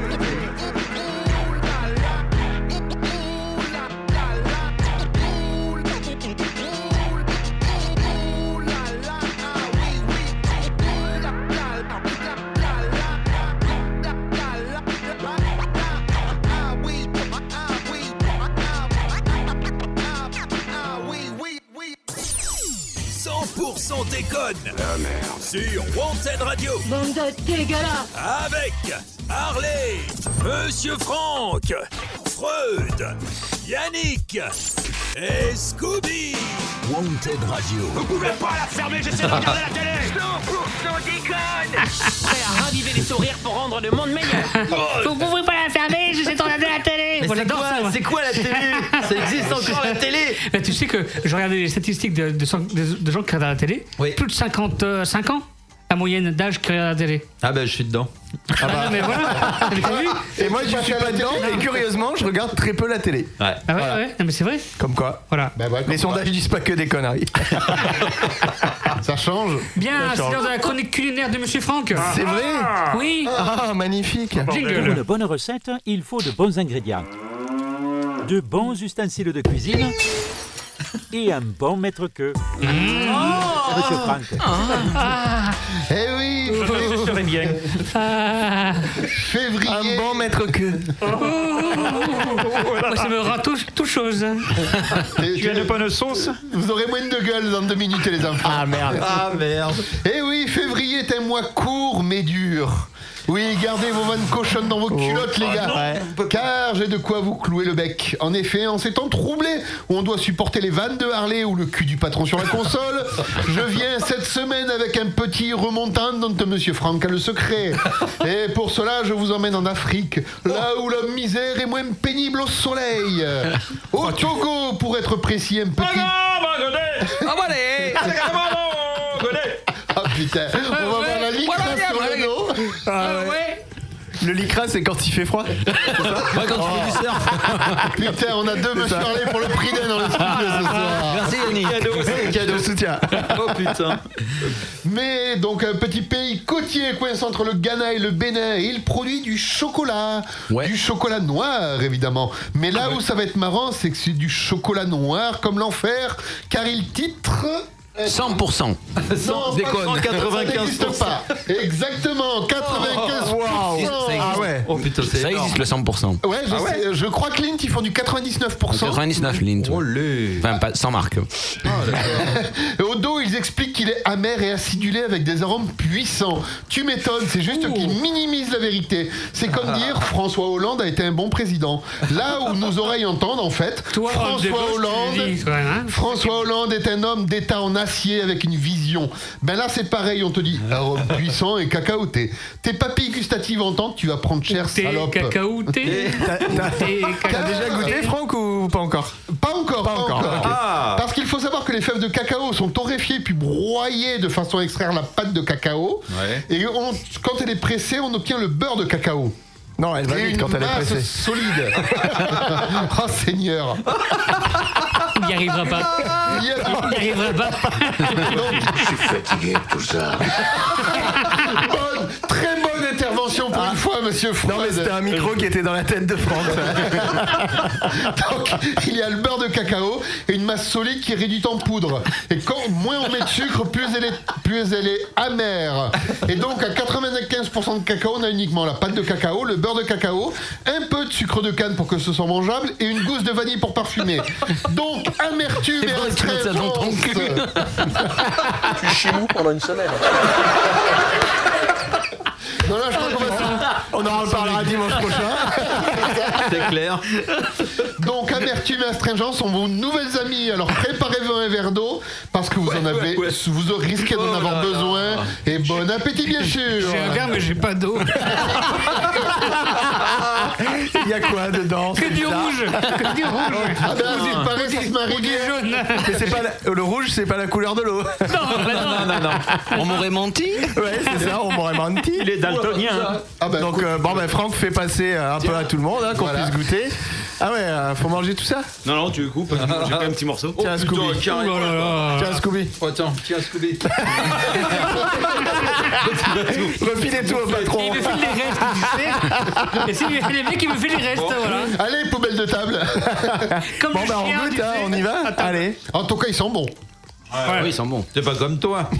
cent pour cent déconne. La merde. Sur Wanted Radio. Bande de dégueulasses. Avec Harley, Monsieur Franck, Freud, Yannick et Scooby. Wanted Radio. Vous pouvez pas la fermer, j'essaie de regarder la télé. cent pour cent déconne. Prêt à raviver les sourires pour rendre le monde meilleur. Vous pouvez pas la fermer, j'essaie de regarder la télé. Mais Moi, c'est j'adore quoi, ça, moi. c'est quoi la télé? Ça existe encore la télé? Mais tu sais que je regardais les statistiques de, de, de, de gens qui regardent la télé. Oui. Plus de cinquante-cinq ans, la moyenne d'âge qui regarde la télé. Ah ben je suis dedans. Ah bah. Non mais voilà. T'as vu? Et moi je suis pas dedans et curieusement je regarde très peu la télé. Ouais. Ah ouais, Voilà. ouais, non, mais c'est vrai. Comme quoi. Voilà. Ben ouais, comme Les quoi. sondages disent pas que des conneries. Ça change. Bien, Ça c'est change. l'heure de la chronique culinaire de Monsieur Franck. C'est vrai? Oui. Ah, magnifique. Pour une Jingle. bonne recette, il faut de bons ingrédients, de bons ustensiles de cuisine et un bon maître-queux. Monsieur Franck. Ah. Eh oui, Je serais bien. Ah. février. Un bon maître queue. Moi, ça me rend tout, tout chose. Et Tu as une bonne sauce? Vous aurez moins de gueule dans deux minutes, les enfants. Ah merde. Ah merde. Eh oui, février est un mois court mais dur. Oui, gardez vos vannes cochonnes dans vos culottes, les gars. Ouais. Car j'ai de quoi vous clouer le bec. En effet, en ces temps troublés où on doit supporter les vannes de Harley ou le cul du patron sur la console, je viens cette semaine avec un petit remontant dont Monsieur Franck a le secret. Et pour cela, je vous emmène en Afrique, là où la misère est moins pénible au soleil. Au Togo, pour être précis, un petit... Ah putain, on va voir la ligne sur le dos. Ah ouais. Le lycra c'est quand il fait froid. Ouais, quand tu fais du surf. Putain, on a deux Monsieur Harley pour le prix d'un dans le studio ce soir. Merci Yannick. Cadeau soutien. Oh putain. Mais donc un petit pays côtier coincé entre le Ghana et le Bénin, et il produit du chocolat, Ouais. du chocolat noir évidemment. Mais là où ça va être marrant, c'est que c'est du chocolat noir comme l'enfer, car il titre... cent pour cent. Non, Déconne. pas quatre-vingt-quinze pour cent. Ça n'existe pas. Exactement, quatre-vingt-quinze pour cent. Ça existe. Ah ouais. Oh putain, c'est Ça énorme. existe le cent pour cent. Ouais, je, sais, je crois que Lint, ils font du quatre-vingt-dix-neuf pour cent. quatre-vingt-dix-neuf Lint. Oh le. Enfin, pas, sans marque. Et au dos, ils expliquent qu'il est amer et acidulé avec des arômes puissants. Tu m'étonnes, c'est juste qu'ils minimisent la vérité. C'est comme dire François Hollande a été un bon président. Là où nos oreilles entendent, en fait, Toi, Franck François Debauche, tu Hollande, dis, ouais, hein. François Hollande est un homme d'État en acier avec une vision. Ben là, c'est pareil, on te dit arôme puissant et cacaoté. Tes papilles gustatives entendent, tu vas prendre cher, T'es salope. cacaoté. T'as t'as- T'es t'as déjà goûté Franck ou pas encore? Pas encore, pas, encore, encore. ok. Ah. Parce qu'il faut savoir que les fèves de cacao sont torréfiées puis broyées de façon à extraire la pâte de cacao. Ouais. Et on- quand elle est pressée, on obtient le beurre de cacao. Non, elle va Et vite une quand elle est masse pressée. solide. Oh Seigneur. Il n'y arrivera pas. Il y a- Il n'y arrivera pas. Je suis fatigué de tout ça. Bonne, très bonne intervention pour une fois, monsieur Freud. Non mais c'était un micro qui était dans la tête de Franck. Donc, il y a le beurre de cacao et une masse solide qui est réduite en poudre. Et quand moins on met de sucre, plus elle est, plus elle est amère. Et donc, à quatre-vingt-quinze pour cent de cacao, on a uniquement la pâte de cacao, le beurre de cacao, un peu de sucre de canne pour que ce soit mangeable et une gousse de vanille pour parfumer. Donc, amertume et astringence. Je suis chez vous pendant une semaine. Non, là, je crois qu'on va... On en reparlera dimanche prochain. C'est clair. Donc, amertume et astringence sont vos nouvelles amies. Alors, préparez-vous un verre d'eau parce que vous en avez, vous risquez d'en avoir besoin. Et bon appétit, bien sûr. J'ai un verre, mais j'ai pas d'eau. Il y a quoi dedans? Que du rouge. Que du rouge. Ah ben, il paraît que ça se marie Ou du bien. jaune. Mais c'est pas la- le rouge, c'est pas la couleur de l'eau. Non, bah non. Non, non, non. On m'aurait menti. Ouais, c'est ça, on m'aurait menti. Il est daltonien. Ah ben, Donc euh, bon ben Franck fait passer euh, un peu à tout le monde hein, qu'on Voilà. puisse goûter. Ah ouais, euh, faut manger tout ça. Non, non, tu coupes. J'ai pris un petit morceau. Tiens Scooby. Putain, Oh là là. Tiens Scooby. Oh, attends, tiens, Scooby. Refilez tout au patron. Il me file les restes, tu sais. Et si les mecs, il me fait les restes, voilà. Allez, poubelle de table. Comme Bon le ben on chien, goûte, tu hein, sais. on y va. Attends. Allez. En tout cas, ils sont bons. Oui, ils sont bons. C'est pas comme toi.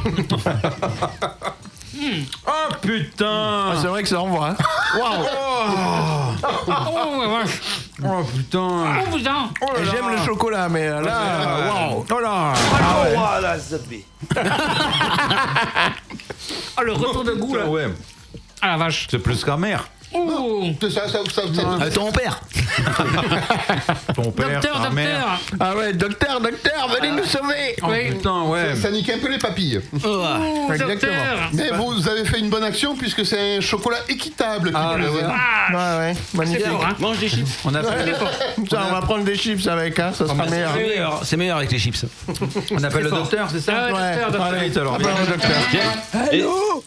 Oh putain. Ah, c'est vrai que ça envoie. Hein. Waouh. Oh, la vache. Oh putain. Oh, putain. Et J'aime le chocolat, mais euh, là, waouh. Oh là. Ah ouais. Voilà, ça fait. Oh, le retour de goût, là. Ouais. Ah, la vache. C'est plus qu'amer. Oh. Ça, ça, ça, ça, Euh, ton père. Ton père, Docteur, ta docteur. mère. Ah ouais, docteur, docteur, venez nous sauver. Oh Oui. putain, ouais. ça nique un peu les papilles. Oh, Exactement. docteur. Mais vous avez fait une bonne action puisque c'est un chocolat équitable qui Ah, plaisait. ouais. Ah, Ouais, ouais, magnifique. c'est fort, hein. Mange des chips. On appelle, Tiens, on va prendre des chips avec, hein, ça sera meilleur. C'est meilleur, c'est meilleur avec les chips. on appelle le fort. docteur, c'est ça? Ah ouais, docteur, docteur. Allez, vite, alors. Ah bah, le docteur. Allô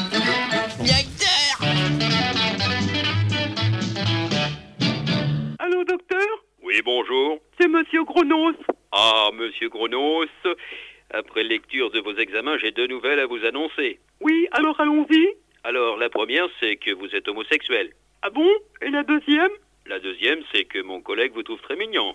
Allô, docteur? Oui, bonjour. C'est Monsieur Gronos. Ah, monsieur Gronos, après lecture de vos examens, j'ai deux nouvelles à vous annoncer. Oui, alors allons-y. Alors, la première, c'est que vous êtes homosexuel. Ah bon? Et la deuxième? La deuxième, c'est que mon collègue vous trouve très mignon.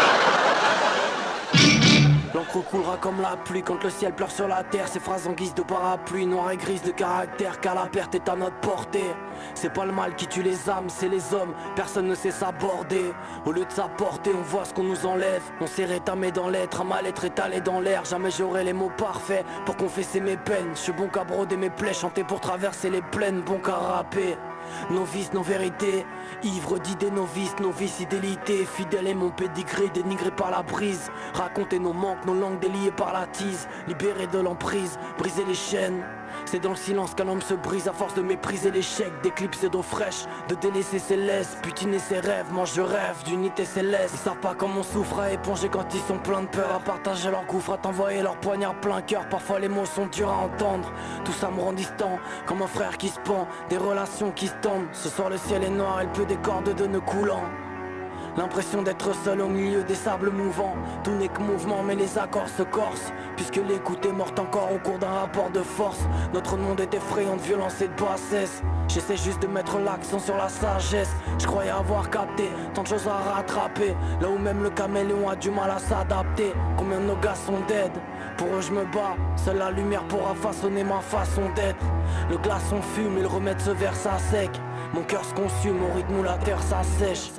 L'encre coulera comme la pluie quand le ciel pleure sur la terre. Ces phrases en guise de parapluie, noire et grise de caractère, car la perte est à notre portée. C'est pas le mal qui tue les âmes, c'est les hommes, personne ne sait s'aborder. Au lieu de s'apporter, on voit ce qu'on nous enlève. On s'est rétamé dans l'être, un mal-être étalé dans l'air. Jamais j'aurai les mots parfaits pour confesser mes peines. Je suis bon qu'à broder mes plaies, chanter pour traverser les plaines, bon qu'à rapper. Nos vices, nos vérités, ivres d'idées, nos vices, nos vices, fidélité. Fidèle et mon pédigré, dénigré par la brise. Raconter nos manques, nos langues déliées par la tise. Libérer de l'emprise, briser les chaînes. C'est dans le silence qu'un homme se brise à force de mépriser l'échec, d'éclipser d'eau fraîche, de délaisser ses laisses, putiner ses rêves. Moi je rêve d'unité céleste. Ils savent pas comment on souffre à éponger quand ils sont pleins de peur, à partager leur gouffre, à t'envoyer leur poignard plein cœur. Parfois les mots sont durs à entendre, tout ça me rend distant, comme un frère qui se pend, des relations qui se tendent. Ce soir le ciel est noir et le peu des cordes de nœuds coulants. L'impression d'être seul au milieu des sables mouvants. Tout n'est que mouvement mais les accords se corsent, puisque l'écoute est morte encore au cours d'un rapport de force. Notre monde est effrayant de violence et de bassesse. J'essaie juste de mettre l'accent sur la sagesse. Je croyais avoir capté tant de choses à rattraper, là où même le caméléon a du mal à s'adapter. Combien de nos gars sont dead? Pour eux je me bats, seule la lumière pourra façonner ma façon d'être. Le glaçon fume et le remède se verse à sec. Mon cœur se consume, au rythme où la terre s'assèche.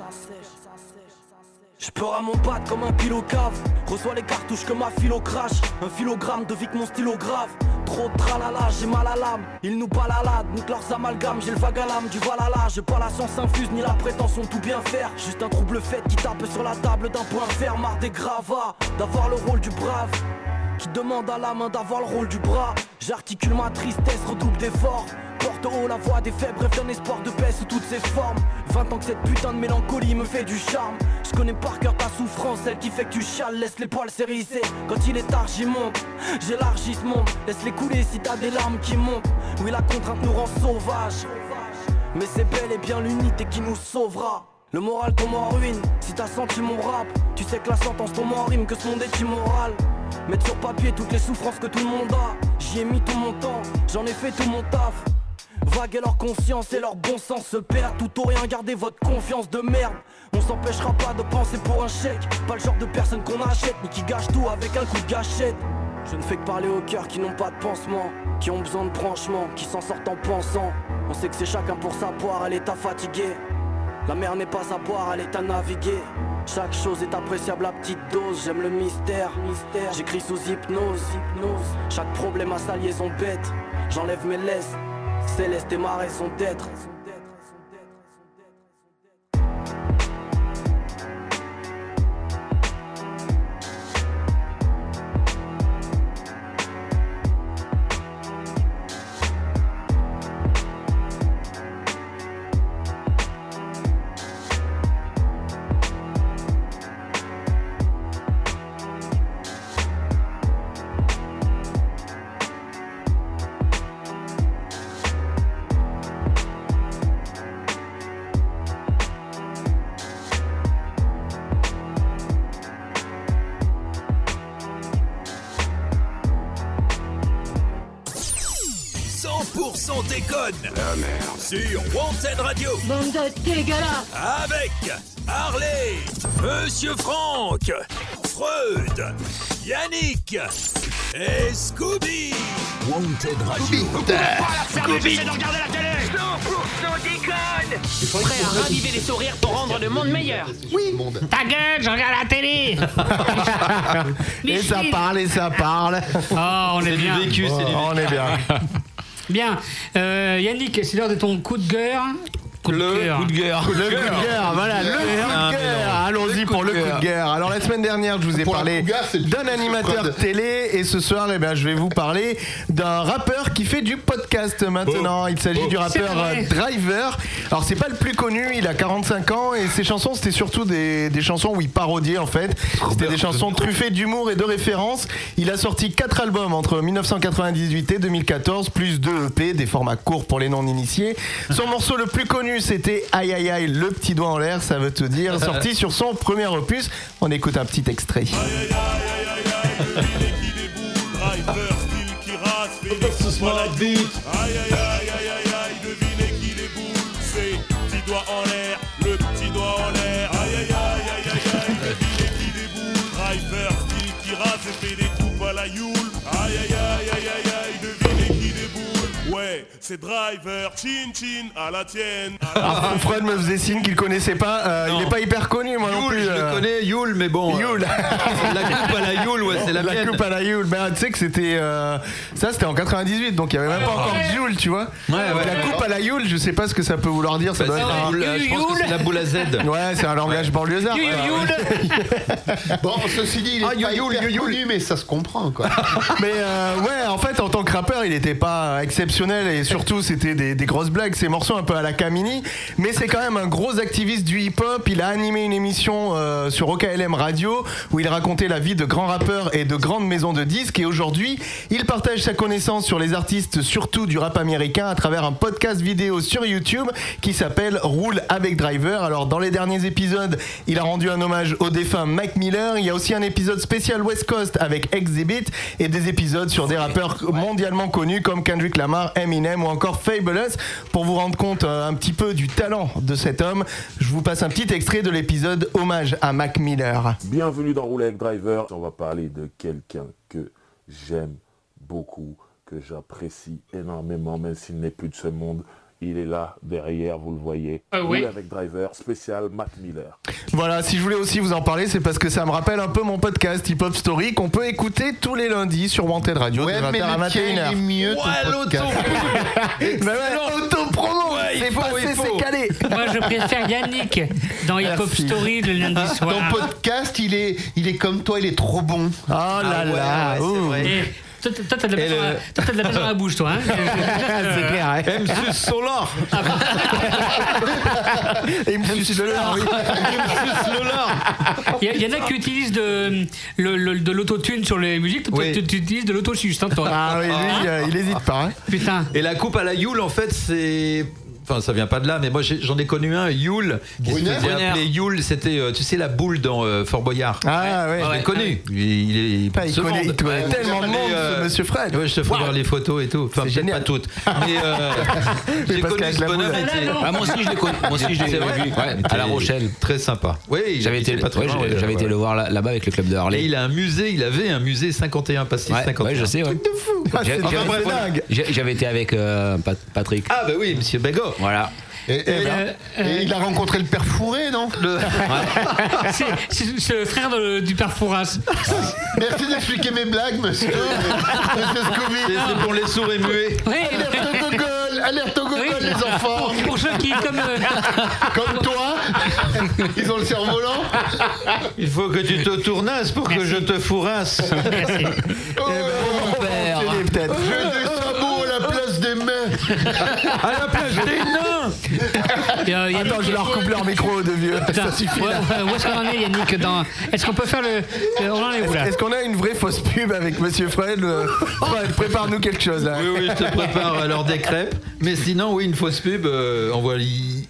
Je pleure à mon patte comme un pile au cave. Reçois les cartouches que ma philo crache. Un filogramme de vie que mon stylo grave. Trop de tralala, j'ai mal à l'âme. Ils nous baladent, niquent leurs amalgames. J'ai le vague à l'âme du valala. J'ai pas la science infuse ni la prétention de tout bien faire. Juste un trouble fait qui tape sur la table d'un point ferme. Marre des gravats, d'avoir le rôle du brave qui demande à la main d'avoir le rôle du bras. J'articule ma tristesse, redouble d'efforts. Porte haut la voix des faibles, rêve d'un espoir de paix sous toutes ses formes. Vingt ans que cette putain de mélancolie me fait du charme. Je connais par cœur ta souffrance, celle qui fait que tu chiales. Laisse les poils s'hérisser, quand il est tard j'y monte. J'élargis ce monde, laisse-les couler si t'as des larmes qui montent. Oui la contrainte nous rend sauvages, mais c'est bel et bien l'unité qui nous sauvera. Le moral tombe en ruine, si t'as senti mon rap. Tu sais que la sentence tombe en rime, que ce monde est immoral. Mettre sur papier toutes les souffrances que tout le monde a. J'y ai mis tout mon temps, j'en ai fait tout mon taf. Vaguer leur conscience et leur bon sens se perd. Tout ou rien, gardez votre confiance de merde. On s'empêchera pas de penser pour un chèque. Pas le genre de personne qu'on achète, ni qui gâche tout avec un coup de gâchette. Je ne fais que parler aux cœurs qui n'ont pas de pansement, qui ont besoin de branchement, qui s'en sortent en pensant. On sait que c'est chacun pour sa poire, elle est à fatiguer. La mer n'est pas à boire, elle est à naviguer. Chaque chose est appréciable à petite dose. J'aime le mystère, mystère. J'écris sous hypnose, hypnose. Chaque problème a sa liaison bête. J'enlève mes laisses, céleste et ma raison d'être. cent pour cent déconne. Ah merde. Sur Wanted Radio. Bande de dégueulasses. Avec Harley, Monsieur Franck, Freud, Yannick et Scooby. Wanted Radio. Scooby, j'essaie de regarder la télé. cent pour cent déconne. Prêt à raviver les sourires pour rendre le monde meilleur. Oui. Ta gueule, je regarde la télé. Et ça parle, et ça parle. Oh, on est, C'est bien. du vécu, c'est du Oh, on est bien. Bien. Euh, Yannick, c'est l'heure de ton coup de gueule. Coup de cœur. Coup de guerre. Le coup de guerre, voilà, le coup de guerre. Allons-y pour le coup de guerre. Alors la semaine dernière, je vous ai Pour parlé d'un animateur télé et ce soir, eh ben, je vais vous parler d'un rappeur qui fait du podcast maintenant. Il s'agit du rappeur euh, Driver. Alors c'est pas le plus connu, il a quarante-cinq ans et ses chansons c'était surtout des, des chansons où il parodiait en fait. C'était des chansons truffées d'humour et de références. Il a sorti quatre albums entre dix-neuf cent quatre-vingt-dix-huit et deux mille quatorze, plus deux E P, des formats courts pour les non-initiés. Son morceau le plus connu c'était Aïe Aïe Aïe, le petit doigt en l'air, ça veut te dire, sorti sur son premier opus. On écoute un petit extrait. En l'air, le petit doigt en l'air. Aïe aïe aïe aïe aïe aïe, devinez qui déboule. Driver, style qui rase et fait des coupes à la Yule. Aïe aïe aïe aïe aïe aïe, devinez qui déboule. Ouais, c'est Driver, chin chin à la tienne. Ah, Fred me faisait signe qu'il connaissait pas. Euh, il n'est pas hyper connu, moi non Yule, plus. je euh. le connais, Yule, mais bon. Yule. euh, la coupe à la Yule, ouais, c'est la, La mienne. coupe à la Yule. Ben, tu sais que c'était. euh, ça, c'était en quatre-vingt-dix-huit, donc il n'y avait même pas encore Yule, tu vois. Ouais, ouais, la ouais. coupe à la Yule, je sais pas ce que ça peut vouloir dire. Ça Bah, doit c'est être la un- boule, je pense que c'est la boule à Z. Ouais, c'est un langage banlieusard. You, you, you. Bon, ceci dit, il est Ah, pas Yoyoul, hyper Yoyoul. connu, mais ça se comprend, quoi. Mais euh, ouais, en fait, en tant que rappeur, il était pas exceptionnel et surtout, c'était des, des grosses blagues, ces morceaux un peu à la Camini. Mais c'est quand même un gros activiste du hip-hop. Il a animé une émission euh, sur O K L M Radio où il racontait la vie de grands rappeurs et de grandes maisons de disques. Et aujourd'hui, il partage sa connaissance sur les artistes, surtout du rap américain, à travers un podcast vidéo sur YouTube qui s'appelle Roule avec Driver. Alors, dans les derniers épisodes, il a rendu un hommage au défunt Mac Miller. Il y a aussi un épisode spécial West Coast avec Exhibit et des épisodes sur des rappeurs mondialement connus comme Kendrick Lamar, Eminem ou encore Fabulous. Pour vous rendre compte euh, un petit peu du talent de cet homme, je vous passe un petit extrait de l'épisode Hommage à Mac Miller. Bienvenue dans Rouler avec Driver. On va parler de quelqu'un que j'aime beaucoup, que j'apprécie énormément, même s'il n'est plus de ce monde. Il est là, derrière, vous le voyez. Euh, oui. Rouler avec Driver, spécial Mac Miller. Voilà, si je voulais aussi vous en parler, c'est parce que ça me rappelle un peu mon podcast Hip Hop Story qu'on peut écouter tous les lundis sur Wanted Radio Ouais, de vingt mais heures à le tien, vingt et une heures. il est mieux, ton Ouais, podcast. l'auto Bah ouais, auto-promo, Ouais, il c'est faut, passé, il faut. c'est calé. Moi, je préfère Yannick dans Hip Hop Merci. Story le lundi soir. Ton podcast, il est, il est comme toi, il est trop bon. Oh là ouais, là, ouais, c'est ouh. vrai. Et toi, toi, t'as de la Et baisse dans le- la- toi, t'as de la baisse dans la bouche, toi. Hein. C'est clair, hein. M S Solar. Et M. Solar, oui. Il y, a- il y en a qui utilisent de, le, le- de l'autotune sur les musiques. Toi, Oui. tu, tu utilises de l'autosuste, hein, toi. Ah oui, lui, euh, il hésite pas. Hein. Putain. Et la coupe à la Yule, en fait, c'est. Enfin, ça vient pas de là, mais moi j'ai- j'en ai connu un, Yule, qui Brunner. se faisait appeler Yule. C'était, euh, tu sais, la boule dans euh, Fort Boyard. Ah ouais. Je l'ai connu. Il, il est. Ah, il ce connaît, il monde. connaît Ouais. tellement de Mais, monde, euh, ce monsieur Fred. Ouais, je te ferai Wow. voir les photos et tout. Enfin, peut-être génial. pas toutes. Mais euh, Mais j'ai parce connu qu'avec ce la bonhomme. boule- était- Ah, moi aussi, je l'ai connu. Moi aussi, je l'ai C'est vrai. vu. Ouais, à La Rochelle. Très sympa. Oui, il J'avais été, habitait pas très ouais, loin, j'ai- ouais, j'avais été ouais. le voir là- là-bas avec le club de Et Harley. il a un musée, il avait un musée cinquante et un, pastis Ouais, cinquante et un. ouais, je sais, ouais. De fou. Ah, J'ai- c'est j'ai- bref, c'est dingue. J'ai- J'avais été avec euh, Pat- Patrick. Ah bah oui, monsieur Bégot. Voilà. Et, et- Euh, et euh, il a rencontré le père Fourré, non c'est, c'est- c'est le frère de- du père Fouras. Merci d'expliquer mes blagues, monsieur. Monsieur Scooby. C'est c'est pour les sourds et muets. Oui, Alerte au gogol, alerte au gogol, oui. les enfants. Pour, pour ceux qui, comme. euh, Comme toi, ils ont le cerf-volant. Il faut que tu te tournasses pour que Merci. je te fourrasse. merci. Oh, père. Enchaîner, peut-être. j'ai des sabots à la place des mains. À la place des nains. Et, euh, Yannick- Attends, je leur coupe leur micro de vieux. Putain, Ça suffit où, là. où est-ce qu'on en est, Yannick dans... Est-ce qu'on peut faire le. euh, On en est où là? Est-ce qu'on a une vraie fausse pub avec Monsieur Fred euh, Fred, prépare-nous quelque chose là. Oui, oui, je te prépare alors des crêpes. Mais sinon, oui, une fausse pub, euh, envoie l'y.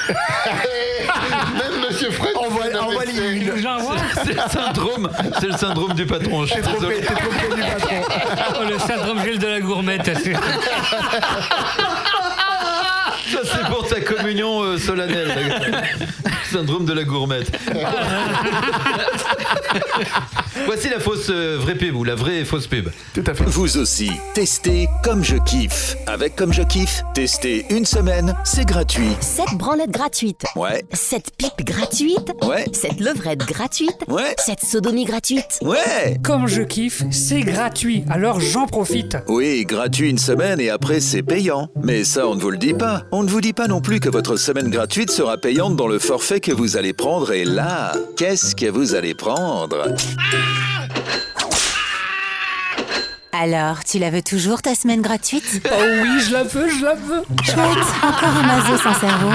Même monsieur Fred. Envoie, il en envoie avait les fait. une. J'envoie. C'est le syndrome, c'est le syndrome du patron. Je suis T'es trop désolé. près, t'es trop près du patron. Oh, le syndrome Gilles de la gourmette. Ça, c'est pour ta communion euh, solennelle. Syndrome de la gourmette. Voici la fausse euh, vraie pub ou la vraie fausse pub. Tout à fait. Vous aussi, testez Comme Je Kiffe. Avec Comme Je Kiffe, testez une semaine, c'est gratuit. Cette branlette gratuite. Ouais. Cette pipe gratuite. Ouais. Cette levrette gratuite. Ouais. Cette sodomie gratuite. Ouais. Comme Je Kiffe, c'est gratuit, alors j'en profite. Oui, gratuit une semaine et après c'est payant. Mais ça, on ne vous le dit pas. On ne vous dit pas non plus que votre semaine gratuite sera payante dans le forfait que vous allez prendre. Et là, qu'est-ce que vous allez prendre ? Alors, tu la veux toujours ta semaine gratuite ? Oh oui, je la veux, je la veux. Chouette, encore un maso sans cerveau.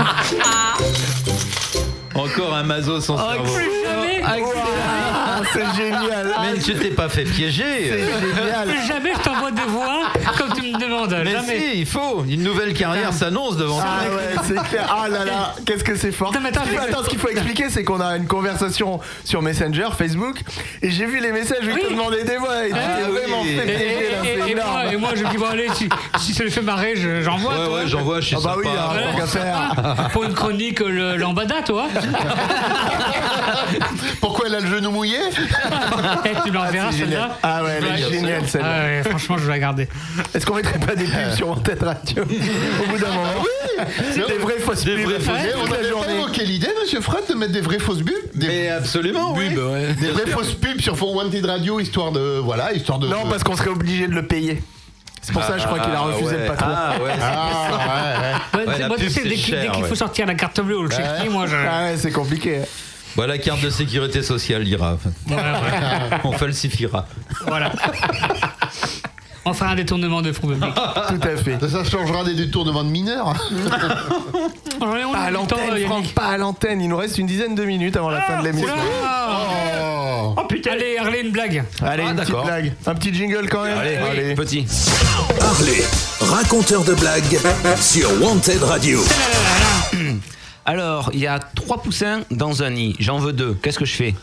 Encore un maso sans cerveau. Plus jamais. Ah, c'est génial. Mais tu t'es pas fait piéger. C'est génial. Plus jamais je t'envoie des voix comme tu me demandes. Mais jamais. si, il faut. Une nouvelle carrière s'annonce devant toi. Ah ouais, c'est clair. Ah là là, qu'est-ce que c'est fort. Non, mais attends, Ce qu'il faut- mais- attends, ce qu'il faut expliquer, c'est qu'on a une conversation sur Messenger, Facebook, et j'ai vu les messages où Oui. ils te demandaient des voix, et tu Ah t'es oui. vraiment fait Et, piéger, là, et- c'est et- et énorme. moi, et moi, je me dis, bon, allez, si, si ça le fait marrer, je- j'envoie. Ouais, toi. ouais, j'envoie, je suis Ah bah oui, sympa. hein, tant qu'à faire. Pour une chronique, le- lambada, toi. Pourquoi elle a le genou mouillé? Et tu l'enverras, c'est génial. celle-là. Ah ouais, elle est Ouais, géniale, ah celle-là. ouais, franchement, je vais la garder. Est-ce qu'on mettrait pas des pubs sur Antenne Radio au bout d'un moment? Oui, c'est des vraies fausses Des pubs. vraies fausses Ouais, On toute la avait pas journée. évoqué l'idée, monsieur Freud, de mettre des vraies fausses pubs? Des, Mais absolument, oui. des vraies fausses pubs sur Fond Wanted Radio, histoire de. Voilà, histoire de. Non, parce qu'on serait obligé de le payer. C'est pour ça, je crois qu'il a refusé ouais. le patron. Ah ouais, Ah, ouais, ouais. Ouais, Ouais, la moi, tu pub, sais, c'est dès, qu'il- cher, dès qu'il faut ouais. sortir la carte bleue ou le chèque, moi, je. Ah ouais, c'est compliqué. Voilà la carte de sécurité sociale, l'I R A. Ouais, ouais. On falsifiera. Voilà. On fera un détournement de fonds publics. Tout à fait. Ça changera des détournements de mineurs. On a Pas à du temps, l'antenne, Yannick. Franck, pas à l'antenne. Il nous reste une dizaine de minutes avant la fin de l'émission. Oh, oh putain, allez, Harley, une blague. Allez, Ah, une petite d'accord. blague. Un petit jingle quand même. Allez, petit. Harley, raconteur de blagues sur Wanted Radio. Alors, il y a trois poussins dans un nid. J'en veux deux. Qu'est-ce que je fais?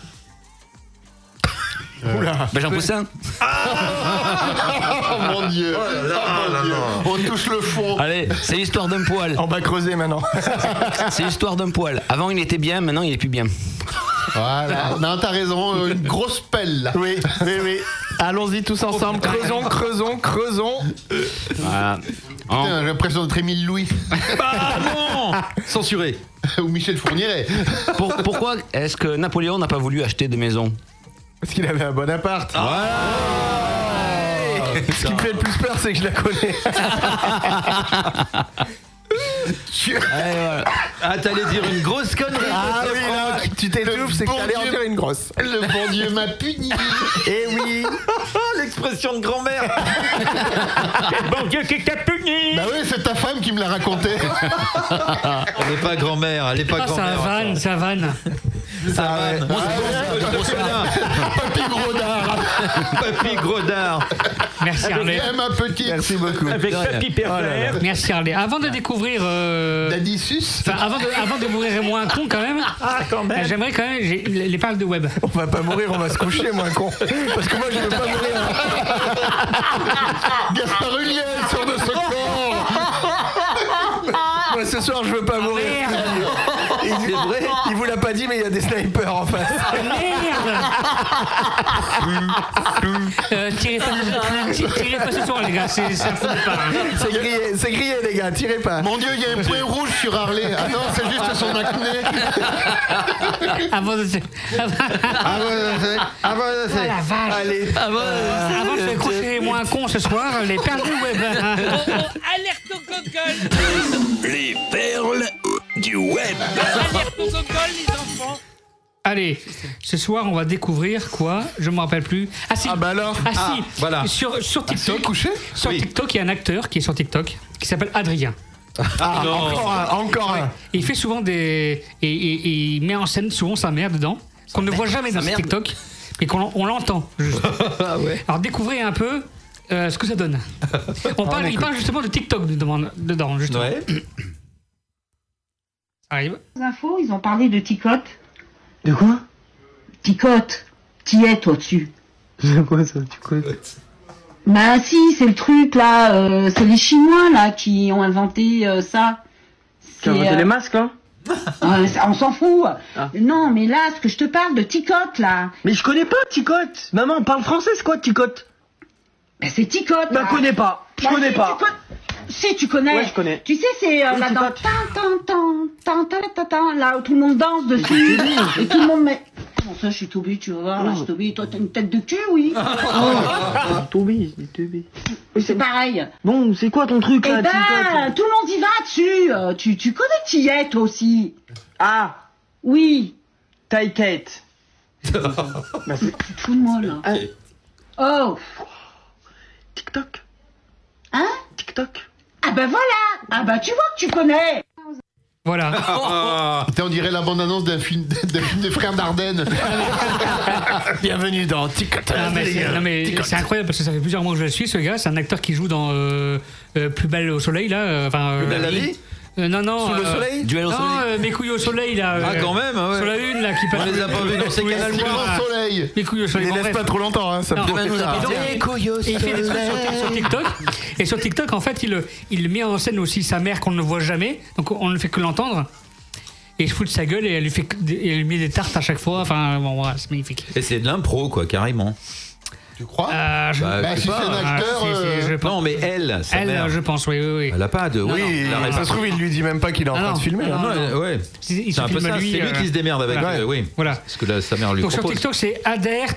Oula. Ben, j'en pousse un. Oh mon dieu. Oh mon Dieu. On touche le fond. Allez, c'est l'histoire d'un poil. On va creuser maintenant. C'est l'histoire d'un poil. Avant, il était bien, maintenant, il est plus bien. Voilà. Non, t'as raison. Une grosse pelle, là. Oui, oui, oui. Allons-y tous ensemble. Creusons, creusons, creusons. Voilà. Putain, j'ai l'impression d'être Émile Louis. Ah non. Censuré. Ou Michel Fourniret. Pour- pourquoi est-ce que Napoléon n'a pas voulu acheter de maison? Parce qu'il avait un bon appart. Voilà. Ce qui me fait le plus peur, c'est que je la connais. Allez, voilà. Ah, t'allais dire une grosse connerie. Ah oui, là, tu t'étouffes, c'est que bon t'allais en Dieu. dire une grosse. Le bon Dieu m'a puni. Eh oui. L'expression de grand-mère. Bon Dieu, qui t'a puni? Bah oui, c'est ta femme qui me l'a raconté. Elle n'est pas grand-mère, elle n'est pas Ah, ça grand-mère. vanne, ça vanne. Ça vanne. Papy Grodard. Papy Grodard. Merci Harley. Eh, ma petite. Merci beaucoup. Avec Papy Pervers. Merci Harley. Avant de découvrir. Euh... Dadissus. Enfin, avant de, avant de mourir moins con quand même. Ah, quand même. J'aimerais quand même j'ai- les les paroles de web. On va pas mourir, on va se coucher, moi, con. Parce que moi, je veux pas mourir. Gaspard Ulliel sur de ce corps. Moi, ce soir, je veux pas mourir. Il, C'est vrai. il vous l'a pas dit, mais il y a des snipers en face. Ah, merde. euh, tirez, pas, tirez pas ce soir les gars, c'est c'est un fou de part. Hein. C'est grillé, c'est grillé, les gars, tirez pas. Mon Dieu, il y a un point rouge sur Harley. Ah non, c'est juste son acné. Avant de se... Avant... Ah ouais, ah ouais, Oh c'est. la vache. Allez. Avant, avant de se coucher moins con ce soir, les perles du web. Alerte au gogol. Les perles du web. Alerte au gogol, les enfants. Allez, ce soir on va découvrir quoi? Je me rappelle plus. Ah si. Ah bah alors. Ah si. Ah, voilà. Sur sur TikTok. couché Sur Oui. TikTok, il y a un acteur qui est sur TikTok qui s'appelle Adrien. Ah, encore un, encore un. Et il fait souvent des et, et- et il met en scène souvent sa mère dedans qu'on ne voit jamais dans ce TikTok, mais qu'on on l'entend. juste. Ah ouais. Alors découvrez un peu euh, ce que ça donne. On parle, il parle justement de TikTok dedans, dedans justement. Ouais. Ça arrive. Infos, ils ont parlé de Ticotte. De quoi? Ticotte. T'y es, toi, dessus. C'est quoi ça, Ticotte? Bah si, c'est le truc, là. euh, c'est les Chinois, là, qui ont inventé euh, ça. Qui a C'est, inventé euh, les masques, là? Euh, ça, on s'en fout. Non, mais là, ce que je te parle de Ticotte, là. Mais je connais pas Ticotte. Maman, on parle français, c'est quoi Ticotte? Ben, c'est Ticotte. Bah, là. connais pas. Je Bah, connais si, pas. tu con- Si, tu connais. Ouais, je connais. Tu sais, c'est euh, Oui, là dans Ticotte. tan, tan, tan, tan, tan, tan, tan, là où tout le monde danse dessus. Et tout le monde met. Comment ça, je suis Toby, tu vas voir, là, je suis Toby. Toi, t'as une tête de cul, oui. Toby, c'est Toby. C'est pareil. Bon, c'est quoi ton truc Eh là, ben, Ticotte? tout le monde y va dessus. Euh, tu, tu connais qui est, toi aussi. Ah, Oui. Taïkette. Bah, c'est tu te fous de moi, là. Oh. TikTok. Hein? TikTok. Ah ben voilà. Ah ben tu vois que tu connais. Voilà. Putain, on dirait la bande-annonce d'un film, d'un film des frères Dardenne. Bienvenue dans TikTok. Non, mais c'est, non, mais c'est incroyable parce que ça fait plusieurs mois que je le suis, ce gars. C'est un acteur qui joue dans euh, euh, Plus belle au soleil, là. euh, Enfin, Plus belle la euh, vie euh, Non, non. Sous le euh, soleil Duel au non, soleil euh, Mes couilles au soleil, là. Ah, euh, quand même, ouais. Sur la une, là, qui passe. On les a pas vus dans ces tous les canals soirs, noirs. là. Soleil. Mes couilles au soleil. Les bon, laisse bref. pas trop longtemps, hein, ça Non. pourrait Et faire. donc, Les couilles au et il fait des trucs soleil. sur, sur TikTok. Et sur TikTok, en fait, il, il met en scène aussi sa mère qu'on ne voit jamais. Donc on ne fait que l'entendre. Et il se fout de sa gueule et elle lui, fait, et elle lui met des tartes à chaque fois. Enfin, bon, voilà, c'est magnifique. Et c'est de l'impro, quoi, carrément. Tu crois euh, je... Bah, bah, je sais si pas. c'est un acteur. Ah, si, si, euh, je pense. Non, mais elle, sa Elle, mère. je pense, oui, oui, oui. Elle a pas de. Oui, la ça se trouve, il lui dit même pas qu'il est en Ah train non. de filmer. Ah hein. non. Ouais, ouais. Il- il C'est se un peu filme ça, lui, c'est lui euh, qui se démerde avec. voilà. euh, oui. Voilà. Parce que là, sa mère lui Donc sur propose. TikTok, c'est adhère